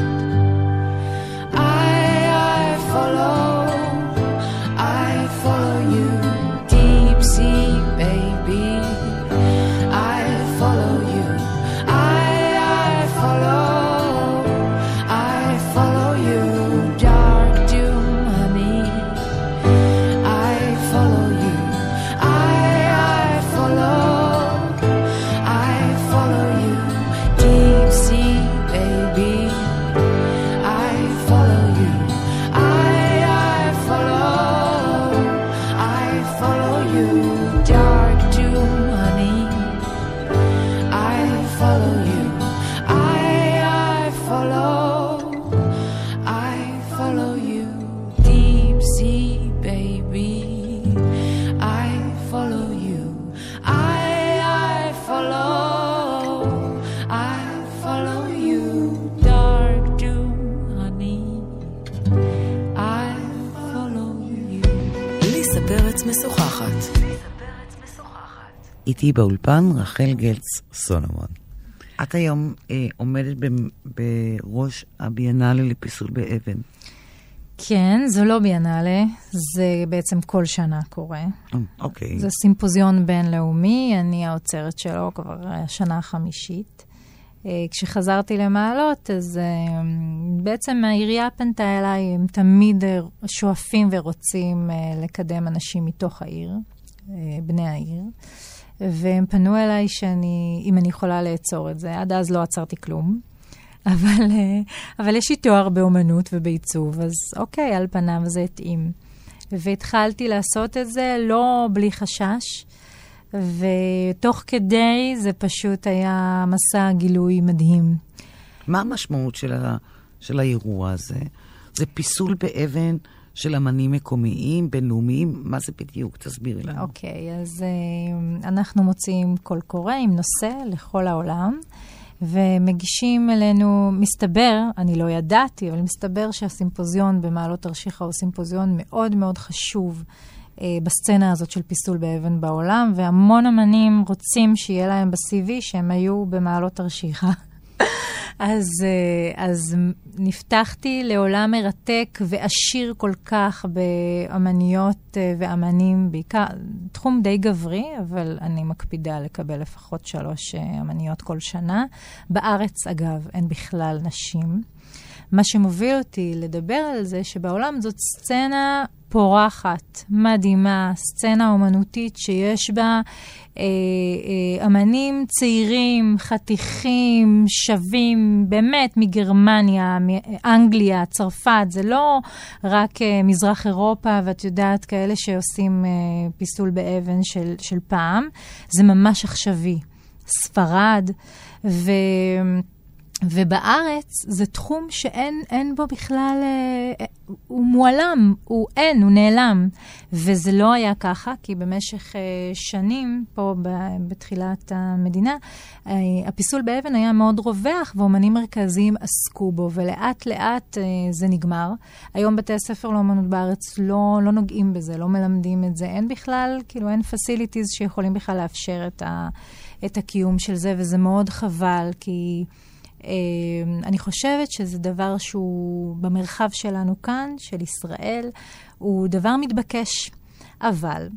D: I, I follow, I follow you. Deep sea, baby. I follow you. I, I follow, I follow you. Dark doom, honey. I follow you. I, I follow, I follow you. Deep sea, baby. I follow you. I, I follow, I follow you. Dark doom, honey. I follow you. I, I follow, I follow you. Deep sea, baby. I follow you. I, I follow, I follow you. Dark doom, honey. I follow you.
B: ליסה פרץ משוחחת. איתי באולפן רחל גלץ סולומון. את היום אה, עומדת ב- בראש הביאנלה לפיסול באבן.
C: כן, זו לא ביאנלה, זה בעצם כל שנה קורה.
B: אוקיי.
C: זה סימפוזיון בינלאומי, אני האוצרת שלו כבר השנה החמישית. כשחזרתי למעלות, אז בעצם העירייה פנתה אליי, הם תמיד שואפים ורוצים לקדם אנשים מתוך העיר, בני העיר, והם פנו אליי שאני, אם אני יכולה לעצור את זה. עד אז לא עצרתי כלום, אבל, אבל יש לי תואר באומנות ובעיצוב, אז אוקיי, על פניו זה התאים. והתחלתי לעשות את זה לא בלי חשש, ותוך כדי זה פשוט היה מסע גילוי מדהים.
B: מה המשמעות של, ה, של האירוע הזה? זה פיסול באבן של אמנים מקומיים, בינלאומיים? מה זה בדיוק? תסבירי לנו.
C: אוקיי, אז אנחנו מוציאים קול קורא עם נושא לכל העולם, ומגישים אלינו, מסתבר, אני לא ידעתי, אבל מסתבר שהסימפוזיון במעלות תרשיחא הוא סימפוזיון מאוד מאוד חשוב אה, בסצנה הזאת של פיסול באבן בעולם, והמון אמנים רוצים שיהיה להם ב-סי וי שהם היו במעלות תרשיחא. אז, אז נפתחתי לעולם מרתק ועשיר כל כך באמניות ואמנים, בעיקר תחום די גברי, אבל אני מקפידה לקבל לפחות שלוש אמניות כל שנה. בארץ, אגב, אין בכלל נשים. מה שמוביל אותי לדבר על זה שבעולם זאת סצנה פורחת, מדהימה, סצנה אומנותית שיש בה אה, אה, אמנים צעירים, חתיכים, שווים, באמת מגרמניה, מאנגליה, צרפת, זה לא רק אה, מזרח אירופה, ואת יודעת, כאלה שעושים אה, פיסול באבן של, של פעם, זה ממש עכשווי. ספרד, ו... ובארץ זה תחום שאין אין בו בכלל, אה, הוא מועלם, הוא אין, הוא נעלם. וזה לא היה ככה, כי במשך אה, שנים, פה ב, בתחילת המדינה, אה, הפיסול באבן היה מאוד רווח, ואומנים מרכזיים עסקו בו, ולאט לאט אה, זה נגמר. היום בתי הספר לאומנות בארץ לא, לא נוגעים בזה, לא מלמדים את זה. אין בכלל, כאילו אין פסיליטיז שיכולים בכלל לאפשר את, ה, את הקיום של זה, וזה מאוד חבל, כי... אני חושבת שזה דבר שהוא במרחב שלנו כאן, של ישראל, הוא דבר מתבקש. אבל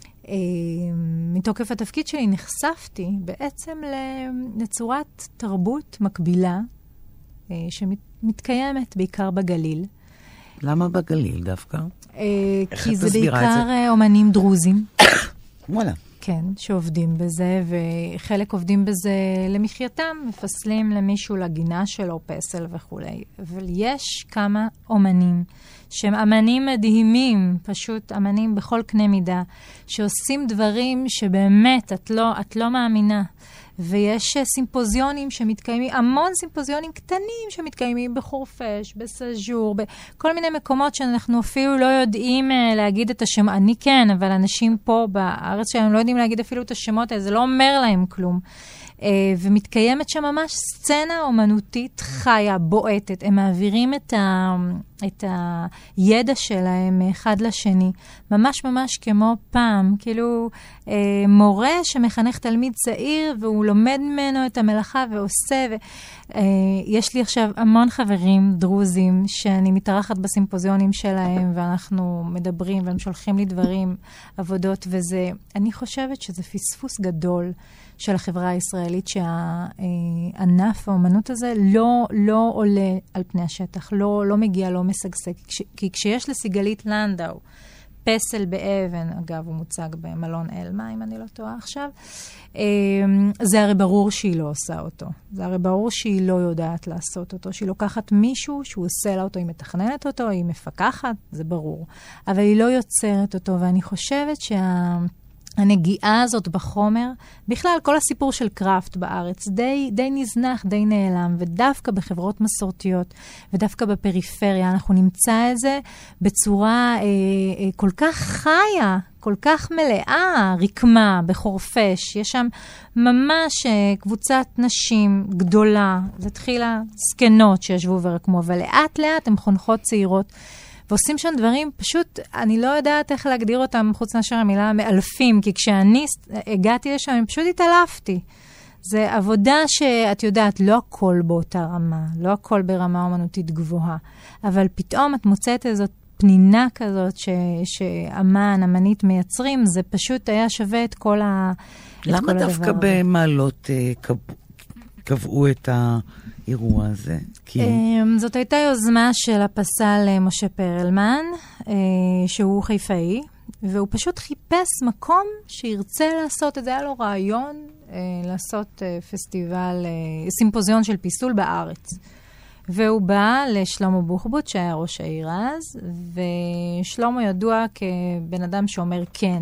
C: מתוקף התפקיד שלי נחשפתי בעצם לצורת תרבות מקבילה שמתקיימת בעיקר בגליל.
B: למה בגליל דווקא?
C: כי זה בעיקר אומנים דרוזים.
B: וואלה.
C: כן, שעובדים בזה, וחלק עובדים בזה למחייתם, מפסלים למישהו לגינה שלו, פסל וכו'. אבל יש כמה אומנים, שהם אמנים מדהימים, פשוט אמנים בכל קנה מידה, שעושים דברים שבאמת את לא, את לא מאמינה. ויש סימפוזיונים שמתקיימים, המון סימפוזיונים קטנים שמתקיימים בחורפש, בסז'ור, בכל מיני מקומות שאנחנו אפילו לא יודעים להגיד את השם. אני כן, אבל אנשים פה בארץ שלנו לא יודעים להגיד אפילו את השמות האלה, זה לא אומר להם כלום. ומתקיימת שם ממש סצנה אומנותית חיה, בועטת. הם מעבירים את ה... את הידע שלהם אחד לשני, ממש ממש כמו פעם, כאילו אה, מורה שמחנך תלמיד צעיר, והוא לומד ממנו את המלאכה ועושה, ו, אה, יש לי עכשיו המון חברים דרוזים, שאני מתארחת בסימפוזיונים שלהם, ואנחנו מדברים, והם שולחים לי דברים, עבודות, וזה, אני חושבת שזה פספוס גדול, של החברה הישראלית, שהענף האומנות הזה לא, לא עולה על פני השטח, לא, לא מגיע, לא משגשג. כי כשיש לסיגלית לנדאו, פסל באבן, אגב, הוא מוצג במלון אלמה, אם אני לא טועה עכשיו, זה הרי ברור שהיא לא עושה אותו. זה הרי ברור שהיא לא יודעת לעשות אותו, שהיא לוקחת מישהו שהוא עושה לה אותו, היא מתכננת אותו, היא מפקחת, זה ברור. אבל היא לא יוצרת אותו, ואני חושבת שה... הנגיעה הזאת בחומר, בכלל כל הסיפור של קראפט בארץ, די, די נזנח, די נעלם, ודווקא בחברות מסורתיות, ודווקא בפריפריה, אנחנו נמצא את זה בצורה אה, אה, כל כך חיה, כל כך מלאה, רקמה, בחורפש. יש שם ממש אה, קבוצת נשים גדולה, זה התחילה סקנות שישבו ורקמו, אבל לאט לאט הן חונכות צעירות, ועושים שם דברים, פשוט, אני לא יודעת איך להגדיר אותם חוץ מאשר המילה מאלפים, כי כשאני הגעתי לשם, אני פשוט התעלפתי. זה עבודה שאת יודעת, לא הכל באותה רמה, לא הכל ברמה אומנותית גבוהה, אבל פתאום את מוצאת איזו פנינה כזאת ש, שאמן, אמנית מייצרים, זה פשוט היה שווה את כל, ה,
B: למה
C: את כל הדבר הזה.
B: דווקא במעלות קב... קבעו את האירוע הזה? כי...
C: זאת הייתה יוזמה של הפסל משה פרלמן, שהוא חיפאי, והוא פשוט חיפש מקום שירצה לעשות את זה. היה לו רעיון לעשות פסטיבל, סימפוזיון של פיסול בארץ. והוא בא לשלמה בוחבוט, שהיה ראש העיר אז, ושלמה ידוע כבן אדם שאומר כן,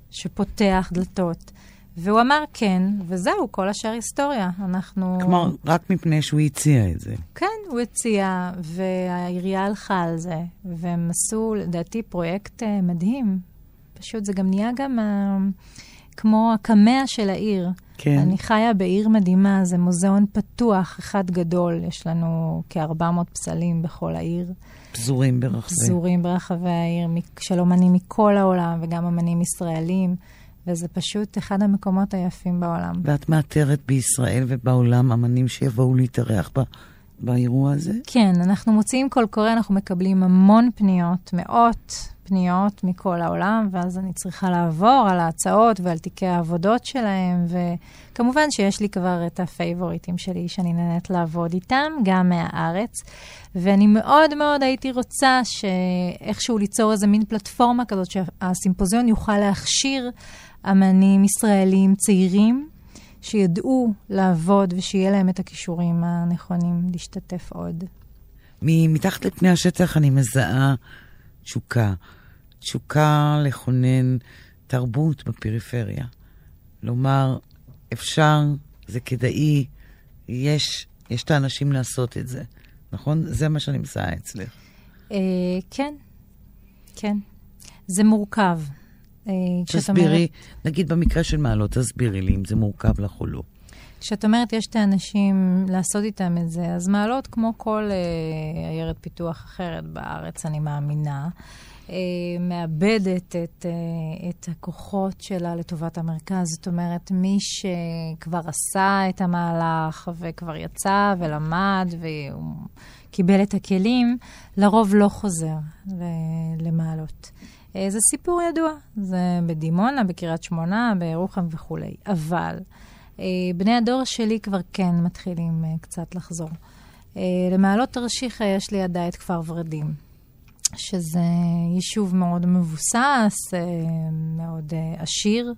C: שפותח דלתות. והוא אמר כן, וזהו, כל השאר היסטוריה. אנחנו...
B: כלומר, רק מפני שהוא הציע את זה.
C: כן, הוא הציע, והעירייה הלכה על זה, והם עשו, לדעתי, פרויקט מדהים. פשוט זה גם נהיה גם uh, כמו הקמע של העיר. כן. אני חיה בעיר מדהימה, זה מוזיאון פתוח, אחד גדול, יש לנו כ-ארבע מאות פסלים בכל העיר.
B: פזורים ברחבי.
C: פזורים ברחבי העיר, של אומנים מכל העולם, וגם אומנים ישראלים. וזה פשוט אחד המקומות היפים בעולם.
B: ואת מאתרת בישראל ובעולם אמנים שיבואו להתארח ב- באירוע הזה?
C: כן, אנחנו מוציאים קול קורא, אנחנו מקבלים המון פניות, מאות פניות מכל העולם, ואז אני צריכה לעבור על ההצעות ועל תיקי העבודות שלהם, וכמובן שיש לי כבר את הפייבוריטים שלי שאני נהנית לעבוד איתם, גם מהארץ, ואני מאוד מאוד הייתי רוצה שאיכשהו ליצור איזה מין פלטפורמה כזאת, שהסימפוזיון יוכל להכשיר אמנים ישראלים צעירים, שידעו לעבוד ושיהיה להם את הכישורים הנכונים להשתתף עוד.
B: מתחת לפני השטח אני מזהה תשוקה. תשוקה לכונן תרבות בפריפריה. לומר, אפשר, זה כדאי, יש, יש את האנשים לעשות את זה. נכון? זה מה שאני מזהה אצלך.
C: אה, כן, כן. זה מורכב.
B: תסבירי, נגיד במקרה של מעלות, תסבירי לי אם זה מורכב לך או לא.
C: כשאת אומרת, יש את האנשים לעשות איתם את זה, אז מעלות כמו כל אה, עיירת פיתוח אחרת בארץ, אני מאמינה, אה, מאבדת את, אה, את הכוחות שלה לטובת המרכז. זאת אומרת, מי שכבר עשה את המהלך וכבר יצא ולמד והוא קיבל את הכלים, לרוב לא חוזר למעלות. זה סיפור ידוע, זה בדימונה, בקריית שמונה, בירוחם וכו'. אבל בני הדור שלי כבר כן מתחילים קצת לחזור. למעלות תרשיחא יש לידה את כפר ורדים, שזה יישוב מאוד מבוסס, מאוד עשיר,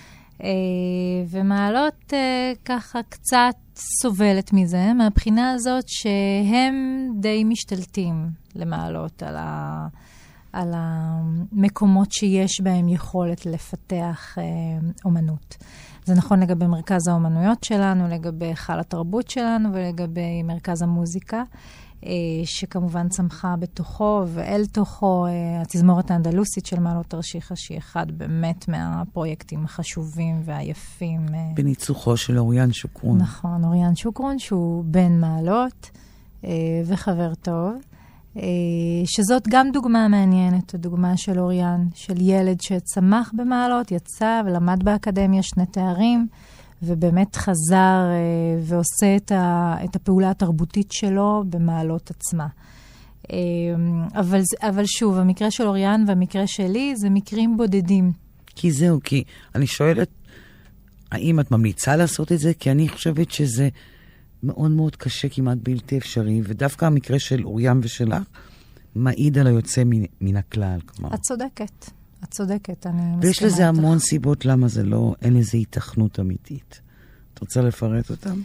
C: ומעלות ככה קצת סובלת מזה, מהבחינה הזאת שהם די משתלטים למעלות על ה... על המקומות שיש בהם יכולת לפתח אה, אומנות. זה נכון לגבי מרכז האומנויות שלנו, לגבי חל התרבות שלנו ולגבי מרכז המוזיקה. שכמובן צמחה בתוכו ואל תוכו, התזמורת האנדלוסית של מעלות תרשיחא, שהיא אחד באמת מהפרויקטים החשובים והיפים.
B: בניצוחו של אוריאן שוקרון.
C: נכון, אוריאן שוקרון, שהוא בן מעלות וחבר טוב. שזאת גם דוגמה מעניינת, הדוגמה של אוריאן, של ילד שצמח במעלות, יצא ולמד באקדמיה שני תארים, ובאמת חזר ועושה את, ה, את הפעולה התרבותית שלו במעלות עצמה. אבל, אבל שוב, המקרה של אוריאן והמקרה שלי זה מקרים בודדים.
B: כי זהו, כי אני שואלת, האם את ממליצה לעשות את זה? כי אני חושבת שזה מאוד מאוד קשה, כמעט בלתי אפשרי, ודווקא המקרה של אוריאן ושלך מעיד על היוצא מן, מן הכלל. כלומר.
C: את צודקת, את צודקת, אני מסכימה.
B: ויש לזה המון אותך. סיבות למה זה לא, אין לזה התכנות אמיתית. את רוצה לפרט אותם?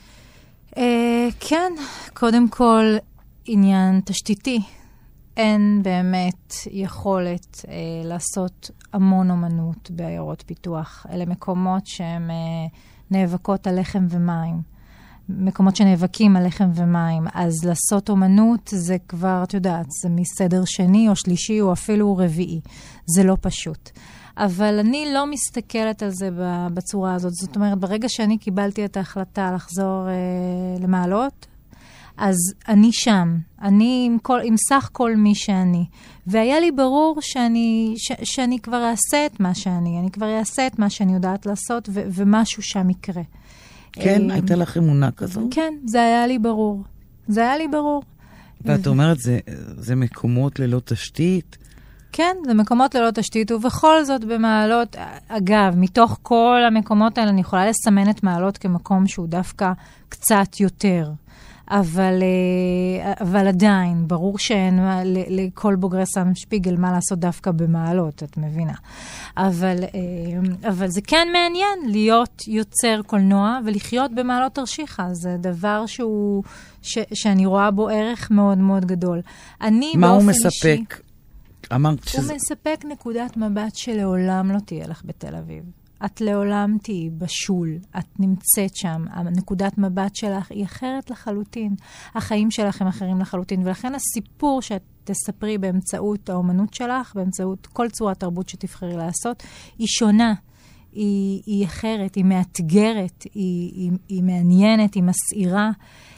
C: אה, כן, קודם כל עניין תשתיתי. אין באמת יכולת אה, לעשות המון אומנות בעיירות פיתוח. אלה מקומות שהן אה, נאבקות על לחם ומים. מקומות שנאבקים על לחם ומים. אז לעשות אומנות זה כבר, את יודעת, זה מסדר שני או שלישי או אפילו רביעי. זה לא פשוט. אבל אני לא מסתכלת על זה בצורה הזאת. זאת אומרת, ברגע שאני קיבלתי את ההחלטה לחזור אה, למעלות, אז אני שם. אני עם, כל, עם סך כל מי שאני. והיה לי ברור שאני, ש, שאני כבר אעשה את מה שאני. אני כבר אעשה את מה שאני יודעת לעשות, ו, ומשהו שם יקרה.
B: כן? הייתה לך אמונה כזו?
C: כן, זה היה לי ברור. זה היה לי ברור.
B: ואת אומרת, זה, זה מקומות ללא תשתית?
C: כן, זה מקומות ללא תשתית, ובכל זאת במעלות, אגב, מתוך כל המקומות האלה, אני יכולה לסמן את מעלות כמקום שהוא דווקא קצת יותר. אבל, אבל עדיין, ברור שאין לכל בוגרי סם שפיגל מה לעשות דווקא במעלות, את מבינה. אבל, אבל זה כן מעניין להיות יוצר קולנוע ולחיות במעלות תרשיחא. זה דבר שהוא, ש, שאני רואה בו ערך מאוד מאוד גדול. אני
B: מה הוא
C: מספק?
B: אישי, אמרת
C: הוא
B: שזה...
C: מספק נקודת מבט שלעולם לא תהיה לך בתל אביב. את לעולם תהי בשול, את נמצאת שם, הנקודת מבט שלך היא אחרת לחלוטין. החיים שלך הם אחרים לחלוטין, ולכן הסיפור שאת תספרי באמצעות האומנות שלך, באמצעות כל צורת תרבות שתבחרי לעשות, היא שונה, היא, היא אחרת, היא מאתגרת, היא, היא, היא מעניינת, היא מסעירה.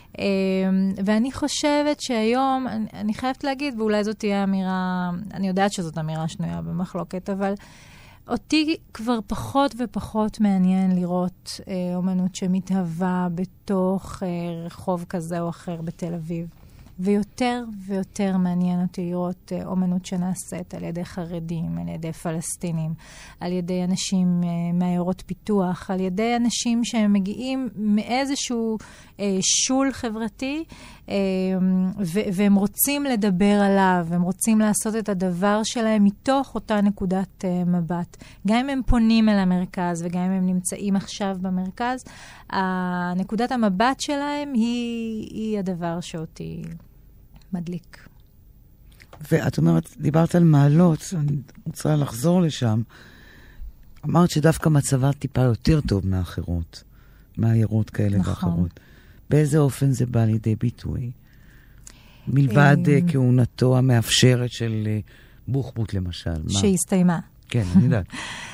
C: ואני חושבת שהיום, אני, אני חייבת להגיד, ואולי זאת תהיה אמירה, אני יודעת שזאת אמירה שנויה במחלוקת, אבל אותי כבר פחות ופחות מעניין לראות אה, אומנות שמתהווה בתוך אה, רחוב כזה או אחר בתל אביב. ויותר ויותר מעניין אותי לראות אה, אומנות שנעשית על ידי חרדים, על ידי פלסטינים, על ידי אנשים אה, מעיירות פיתוח, על ידי אנשים שהם מגיעים מאיזשהו אה, שול חברתי, אה, ו- והם רוצים לדבר עליו, הם רוצים לעשות את הדבר שלהם מתוך אותה נקודת אה, מבט. גם אם הם פונים אל המרכז, וגם אם הם נמצאים עכשיו במרכז, נקודת המבט שלהם היא, היא הדבר שאותי מדליק.
B: ואת אומרת, דיברת על מעלות, אני רוצה לחזור לשם. אמרת שדווקא מצבה טיפה יותר טוב מאחרות, מעיירות כאלה נכון. ואחרות. באיזה אופן זה בא לידי ביטוי? מלבד כהונתו המאפשרת של בוחבוט למשל.
C: שהסתיימה.
B: כן, אני יודעת.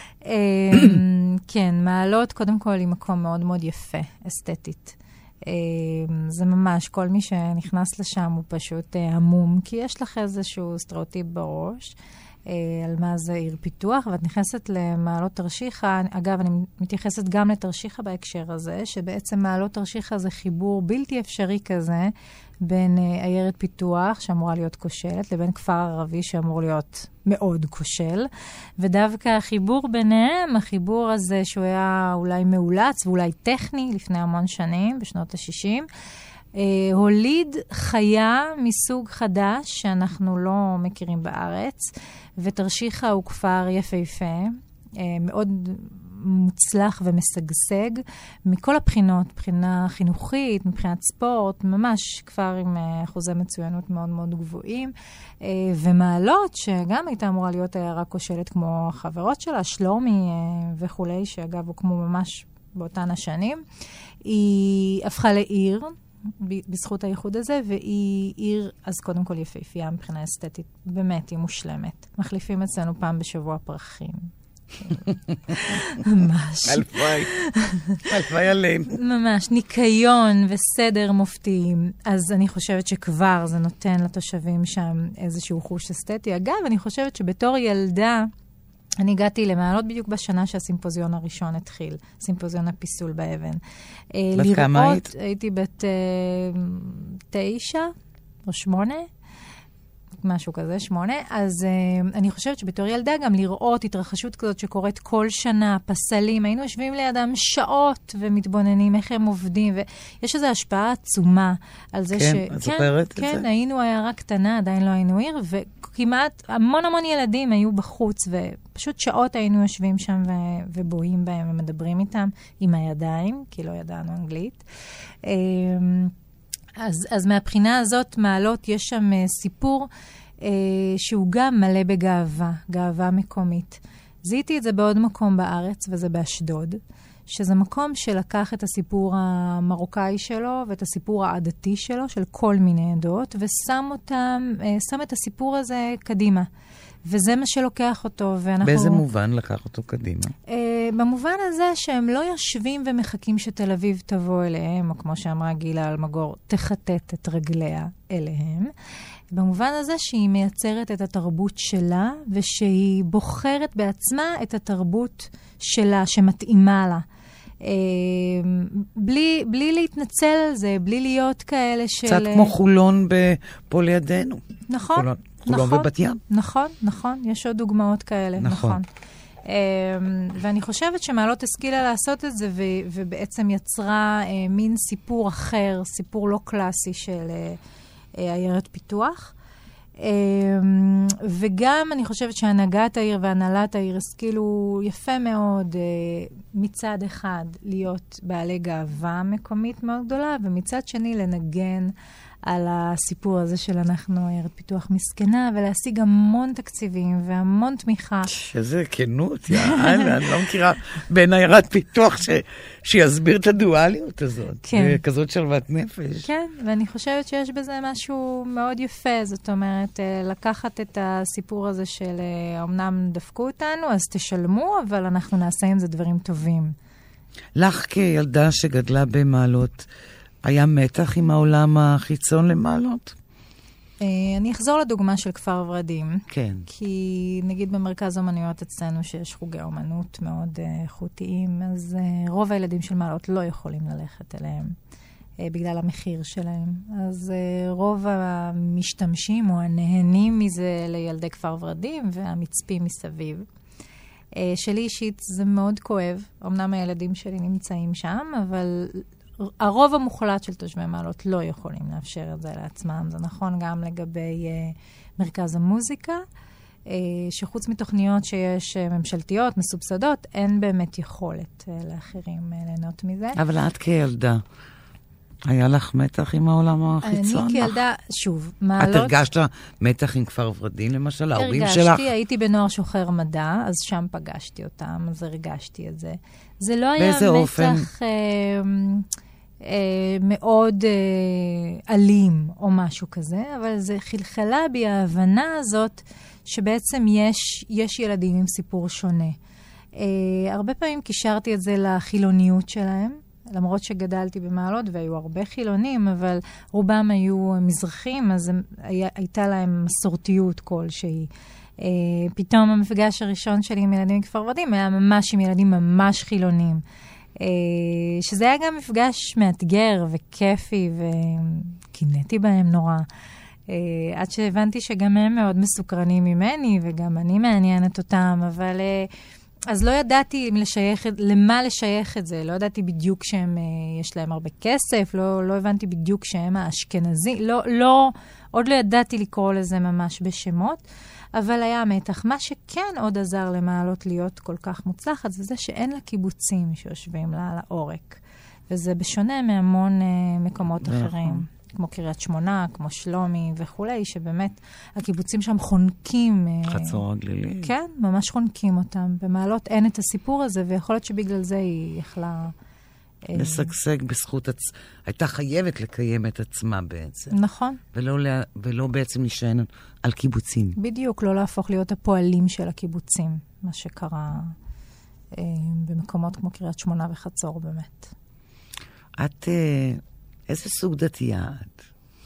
C: כן, מעלות קודם כל היא מקום מאוד מאוד יפה, אסתטית. זה ממש, כל מי שנכנס לשם הוא פשוט המום, כי יש לך איזשהו סטריאוטיפ בראש על מה זה עיר פיתוח, ואת נכנסת למעלות תרשיחא. אגב, אני מתייחסת גם לתרשיחא בהקשר הזה, שבעצם מעלות תרשיחא זה חיבור בלתי אפשרי כזה, בין uh, עיירת פיתוח, שאמורה להיות כושלת, לבין כפר ערבי שאמור להיות מאוד כושל. ודווקא החיבור ביניהם, החיבור הזה שהוא היה אולי מאולץ, ואולי טכני, לפני המון שנים, בשנות ה-שישים, uh, הוליד חיה מסוג חדש, שאנחנו לא מכירים בארץ, ותרשיחא הוא כפר יפהפה, uh, מאוד מוצלח ומשגשג, מכל הבחינות, מבחינה חינוכית, מבחינת ספורט, ממש כבר עם אחוזי מצוינות מאוד מאוד גבוהים, ומעלות, שגם הייתה אמורה להיות העיירה כושלת כמו החברות שלה, שלומי וכולי, שאגב הוקמו ממש באותן השנים, היא הפכה לעיר, בזכות הייחוד הזה, והיא עיר, אז קודם כל יפהפייה מבחינה אסתטית. באמת, היא מושלמת. מחליפים אצלנו פעם בשבוע פרחים. ממש.
B: אלפי. אלפי עליהם.
C: ממש. ניקיון וסדר מופתיים. אז אני חושבת שכבר זה נותן לתושבים שם איזשהו חוש אסתטי. אגב, אני חושבת שבתור ילדה, אני הגעתי למעלות בדיוק בשנה שהסימפוזיון הראשון התחיל, סימפוזיון הפיסול באבן.
B: בת כמה היית?
C: הייתי בת תשע או שמונה. משהו כזה, שמונה. אז uh, אני חושבת שבתור ילדה גם לראות התרחשות כזאת שקורית כל שנה, פסלים, היינו יושבים לידם שעות ומתבוננים איך הם עובדים, ויש איזו השפעה עצומה על זה
B: כן,
C: ש...
B: את זוכרת
C: כן,
B: את
C: כן,
B: זה?
C: היינו עיירה קטנה, עדיין לא היינו עיר, וכמעט המון המון ילדים היו בחוץ, ופשוט שעות היינו יושבים שם ו... ובוהים בהם ומדברים איתם עם הידיים, כי לא ידענו אנגלית. Um, אז, אז מהבחינה הזאת, מעלות, יש שם uh, סיפור uh, שהוא גם מלא בגאווה, גאווה מקומית. זיהיתי את זה בעוד מקום בארץ, וזה באשדוד, שזה מקום שלקח את הסיפור המרוקאי שלו, ואת הסיפור העדתי שלו, של כל מיני עדות, ושם אותם, uh, שם את הסיפור הזה קדימה. וזה מה שלוקח אותו, ואנחנו...
B: באיזה מובן לקח אותו קדימה?
C: Uh, במובן הזה שהם לא יושבים ומחכים שתל אביב תבוא אליהם, או כמו שאמרה גילה אלמגור, תחטט את רגליה אליהם. במובן הזה שהיא מייצרת את התרבות שלה, ושהיא בוחרת בעצמה את התרבות שלה, שמתאימה לה. Uh, בלי, בלי להתנצל על זה, בלי להיות כאלה של...
B: קצת כמו חולון פה לידינו.
C: נכון.
B: חולון. חולון
C: נכון,
B: בבת ים.
C: נכון, נכון. יש עוד דוגמאות כאלה.
B: נכון.
C: נכון. Um, ואני חושבת שמעלות השכילה לעשות את זה, ו- ובעצם יצרה uh, מין סיפור אחר, סיפור לא קלאסי של uh, uh, עיירת פיתוח. Um, וגם אני חושבת שהנהגת העיר והנהלת העיר השכילו יפה מאוד uh, מצד אחד להיות בעלי גאווה מקומית מאוד גדולה, ומצד שני לנגן על הסיפור הזה של אנחנו עיירת פיתוח מסכנה, ולהשיג המון תקציבים והמון תמיכה.
B: שזה כנות, יאללה, אני לא מכירה בין עיירת פיתוח ש... שיסביר את הדואליות הזאת.
C: כן.
B: כזאת שלוות נפש.
C: כן, ואני חושבת שיש בזה משהו מאוד יפה, זאת אומרת, לקחת את הסיפור הזה של אמנם דפקו אותנו, אז תשלמו, אבל אנחנו נעשה עם זה דברים טובים.
B: לך כילדה שגדלה במעלות, היה מתח עם העולם החיצון למעלות?
C: אני אחזור לדוגמה של כפר ורדים.
B: כן.
C: כי נגיד במרכז אומנויות אצלנו שיש חוגי אומנות מאוד איכותיים, אז רוב הילדים של מעלות לא יכולים ללכת אליהם בגלל המחיר שלהם. אז רוב המשתמשים או הנהנים מזה לילדי כפר ורדים והמצפים מסביב. שלי אישית זה מאוד כואב. אמנם הילדים שלי נמצאים שם, אבל... הרוב המוחלט של תושבי מעלות לא יכולים לאפשר את זה לעצמם. זה נכון גם לגבי uh, מרכז המוזיקה, uh, שחוץ מתוכניות שיש uh, ממשלתיות, מסובסדות, אין באמת יכולת uh, לאחרים uh, ליהנות מזה.
B: אבל את כילדה, היה לך מתח עם העולם החיצון?
C: אני כילדה, שוב, מעלות...
B: את הרגשת מתח עם כפר ורדים, למשל, ההורים שלך?
C: הרגשתי, הייתי בנוער שוחר מדע, אז שם פגשתי אותם, אז הרגשתי את זה. זה לא היה מתח... באיזה אופן? Uh, אה, מאוד אה, אלים או משהו כזה, אבל זה חלחלה בי ההבנה הזאת שבעצם יש, יש ילדים עם סיפור שונה. אה, הרבה פעמים קישרתי את זה לחילוניות שלהם, למרות שגדלתי במעלות והיו הרבה חילונים, אבל רובם היו מזרחים, אז היה, הייתה להם מסורתיות כלשהי. אה, פתאום המפגש הראשון שלי עם ילדים מכפר ורדים היה ממש עם ילדים ממש חילונים. שזה היה גם מפגש מאתגר וכיפי, וקינאתי בהם נורא. עד שהבנתי שגם הם מאוד מסוקרנים ממני, וגם אני מעניינת אותם, אבל אז לא ידעתי לשייך, למה לשייך את זה. לא ידעתי בדיוק שהם, יש להם הרבה כסף, לא, לא הבנתי בדיוק שהם האשכנזי, לא, לא, עוד לא ידעתי לקרוא לזה ממש בשמות, אבל היה מתח. מה שכן עוד עזר למעלות להיות כל כך מוצלחת, זה זה שאין לה קיבוצים שיושבים לה על העורק. וזה בשונה מהמון uh, מקומות אחרים, כמו קריית שמונה, כמו שלומי וכולי, שבאמת הקיבוצים שם חונקים.
B: חצור הגלילית.
C: כן, ממש חונקים אותם. במעלות אין את הסיפור הזה, ויכול להיות שבגלל זה היא יכלה
B: לשגשג בזכות עצ... הייתה חייבת לקיים את עצמה בעצם.
C: נכון.
B: ולא, לה... ולא בעצם להישען על קיבוצים.
C: בדיוק, לא להפוך להיות הפועלים של הקיבוצים, מה שקרה אה, במקומות כמו קריית שמונה וחצור באמת.
B: את, אה, איזה סוג דתייה את?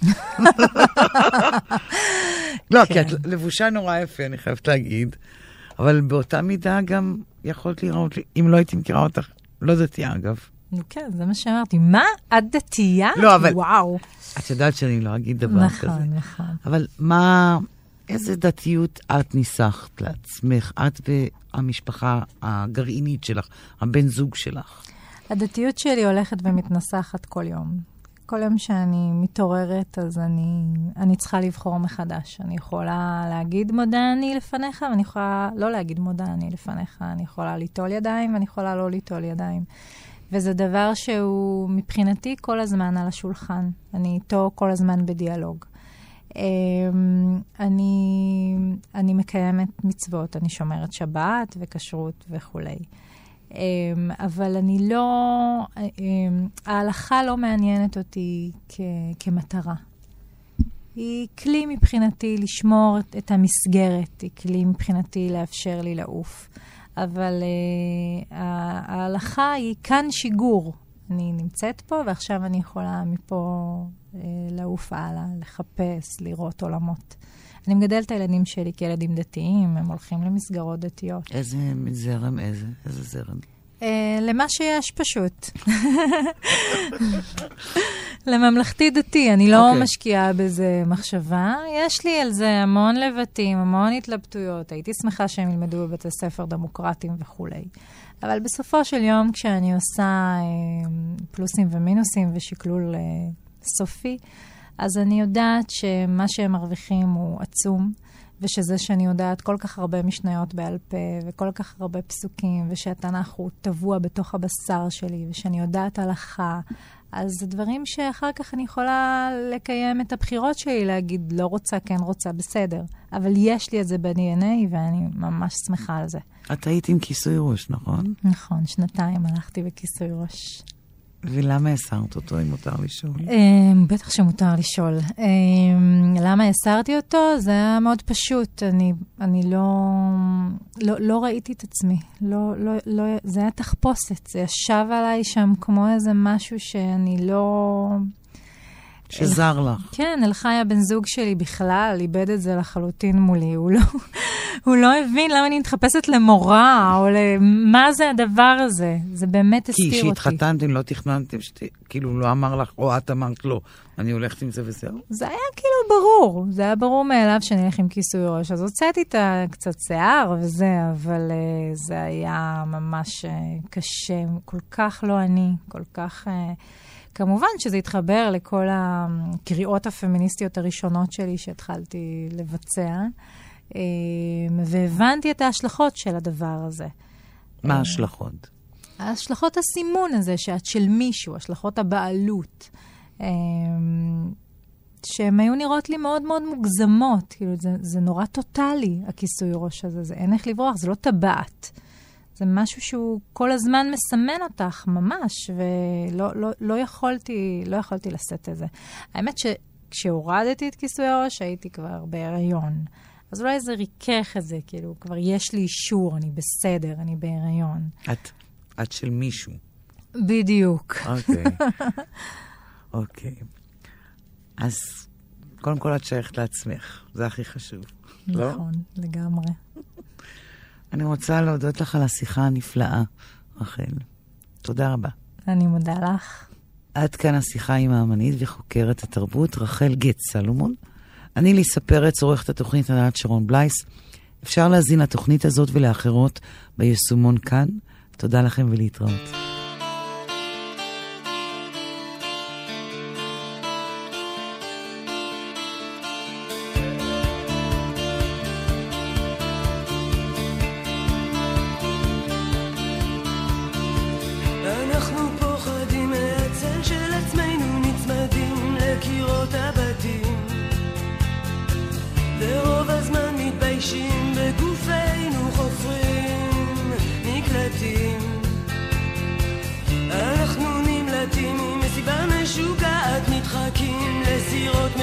B: לא, כי את לבושה נורא יפה, אני חייבת להגיד, אבל באותה מידה גם יכולת לראות, אם לא הייתי מכירה אותך, לא דתייה אגב.
C: כן, זה מה שאמרתי. מה? את דתייה?
B: לא, אבל...
C: וואו.
B: את יודעת שאני לא אגיד דבר כזה.
C: נכון, נכון.
B: אבל מה, איזה דתיות את ניסחת לעצמך? את והמשפחה הגרעינית שלך, הבן זוג שלך.
C: הדתיות שלי הולכת ומתנסחת כל יום. כל יום שאני מתעוררת, אז אני, אני צריכה לבחור מחדש. אני יכולה להגיד מודה אני לפניך, ואני יכולה לא להגיד מודה אני לפניך. אני יכולה ליטול ידיים, ואני יכולה לא ליטול ידיים. וזה דבר שהוא מבחינתי כל הזמן על השולחן. אני איתו כל הזמן בדיאלוג. אני, אני מקיימת מצוות, אני שומרת שבת וכשרות וכולי. אבל אני לא, ההלכה לא מעניינת אותי כ, כמטרה. היא כלי מבחינתי לשמור את המסגרת, היא כלי מבחינתי לאפשר לי לעוף. אבל uh, ההלכה היא כאן שיגור. אני נמצאת פה, ועכשיו אני יכולה מפה uh, לעוף הלאה, לחפש, לראות עולמות. אני מגדלת את הילדים שלי כילדים דתיים, הם הולכים למסגרות דתיות.
B: איזה זרם, איזה? איזה זרם?
C: Uh, למה שיש פשוט. לממלכתי דתי, אני לא okay. משקיעה בזה מחשבה. יש לי על זה המון לבטים, המון התלבטויות. הייתי שמחה שהם ילמדו בבתי ספר דמוקרטיים וכו'. אבל בסופו של יום, כשאני עושה אה, פלוסים ומינוסים ושקלול אה, סופי, אז אני יודעת שמה שהם מרוויחים הוא עצום, ושזה שאני יודעת כל כך הרבה משניות בעל פה, וכל כך הרבה פסוקים, ושהתנ"ך הוא טבוע בתוך הבשר שלי, ושאני יודעת הלכה, אז זה דברים שאחר כך אני יכולה לקיים את הבחירות שלי, להגיד לא רוצה, כן רוצה, בסדר. אבל יש לי את זה ב-די אן איי, ואני ממש שמחה על זה.
B: את היית עם כיסוי ראש, נכון?
C: נכון, שנתיים הלכתי בכיסוי ראש.
B: ולמה הסרת אותו, אם מותר לשאול?
C: בטח שמותר לשאול. למה הסרתי אותו? זה היה מאוד פשוט. אני, אני לא, לא, לא ראיתי את עצמי. לא, לא, לא, זה היה תחפושת. זה ישב עליי שם כמו איזה משהו שאני לא...
B: שזר לך.
C: כן, אלחי הבן זוג שלי בכלל איבד את זה לחלוטין מולי. הוא לא, הוא לא הבין למה אני מתחפשת למורה, או למה זה הדבר הזה. זה באמת הסתיר אותי.
B: כי שהתחתנתם, לא תכננתם, כאילו לא אמר לך, או את אמרת לו, אני הולכת עם זה וזהו?
C: זה היה כאילו ברור. זה היה ברור מאליו שאני הולך עם כיסוי ראש. אז הוצאתי את קצת שיער וזה, אבל uh, זה היה ממש uh, קשה. כל כך לא אני, כל כך... Uh, כמובן שזה התחבר לכל הקריאות הפמיניסטיות הראשונות שלי שהתחלתי לבצע, והבנתי את ההשלכות של הדבר הזה.
B: מה ההשלכות?
C: ההשלכות הסימון הזה, שאת של מישהו, השלכות הבעלות, שהן היו נראות לי מאוד מאוד מוגזמות. כאילו, זה, זה נורא טוטלי, הכיסוי ראש הזה. זה אין איך לברוח, זה לא טבעת. זה משהו שהוא כל הזמן מסמן אותך, ממש, ולא לא, לא יכולתי, לא יכולתי לשאת את זה. האמת שכשהורדתי את כיסוי הראש, הייתי כבר בהיריון. אז אולי זה ריכך את זה, כאילו, כבר יש לי אישור, אני בסדר, אני בהיריון.
B: את, את של מישהו.
C: בדיוק.
B: אוקיי. אוקיי. אז קודם כל את שייכת לעצמך, זה הכי חשוב.
C: נכון, לא? לגמרי.
B: אני רוצה להודות לך על השיחה הנפלאה, רחל. תודה רבה.
C: אני מודה לך.
B: עד כאן השיחה עם האמנית וחוקרת התרבות, רחל גץ סלומון. אני ליסה פרץ, עורכת התוכנית ענת שרון בלייס. אפשר להזין לתוכנית הזאת ולאחרות ביישומון כאן. תודה לכם ולהתראות.
E: אנחנו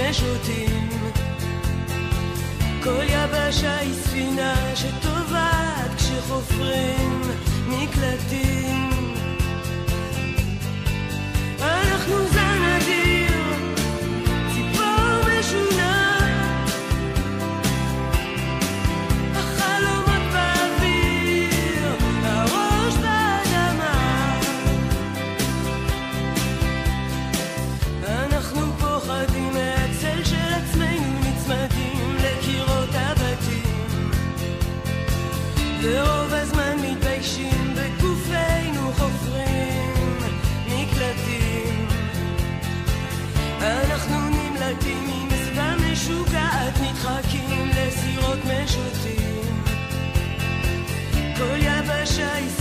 E: משוטים. כל יבשה היא ספינה שטובעת כשחופרים מקלטים. אנחנו זן אדיר, ציפור משונה, החלומות באוויר, הראש באדמה. אנחנו פוחדים מהצל של עצמנו, נצמדים לקירות הבתים, ורוב הזמן מתביישים בגופנו חופרים מקלטים. אנחנו נמלטים עם מסווה משוגעת, נדחקים לסירות משוטים. כל יבשה היא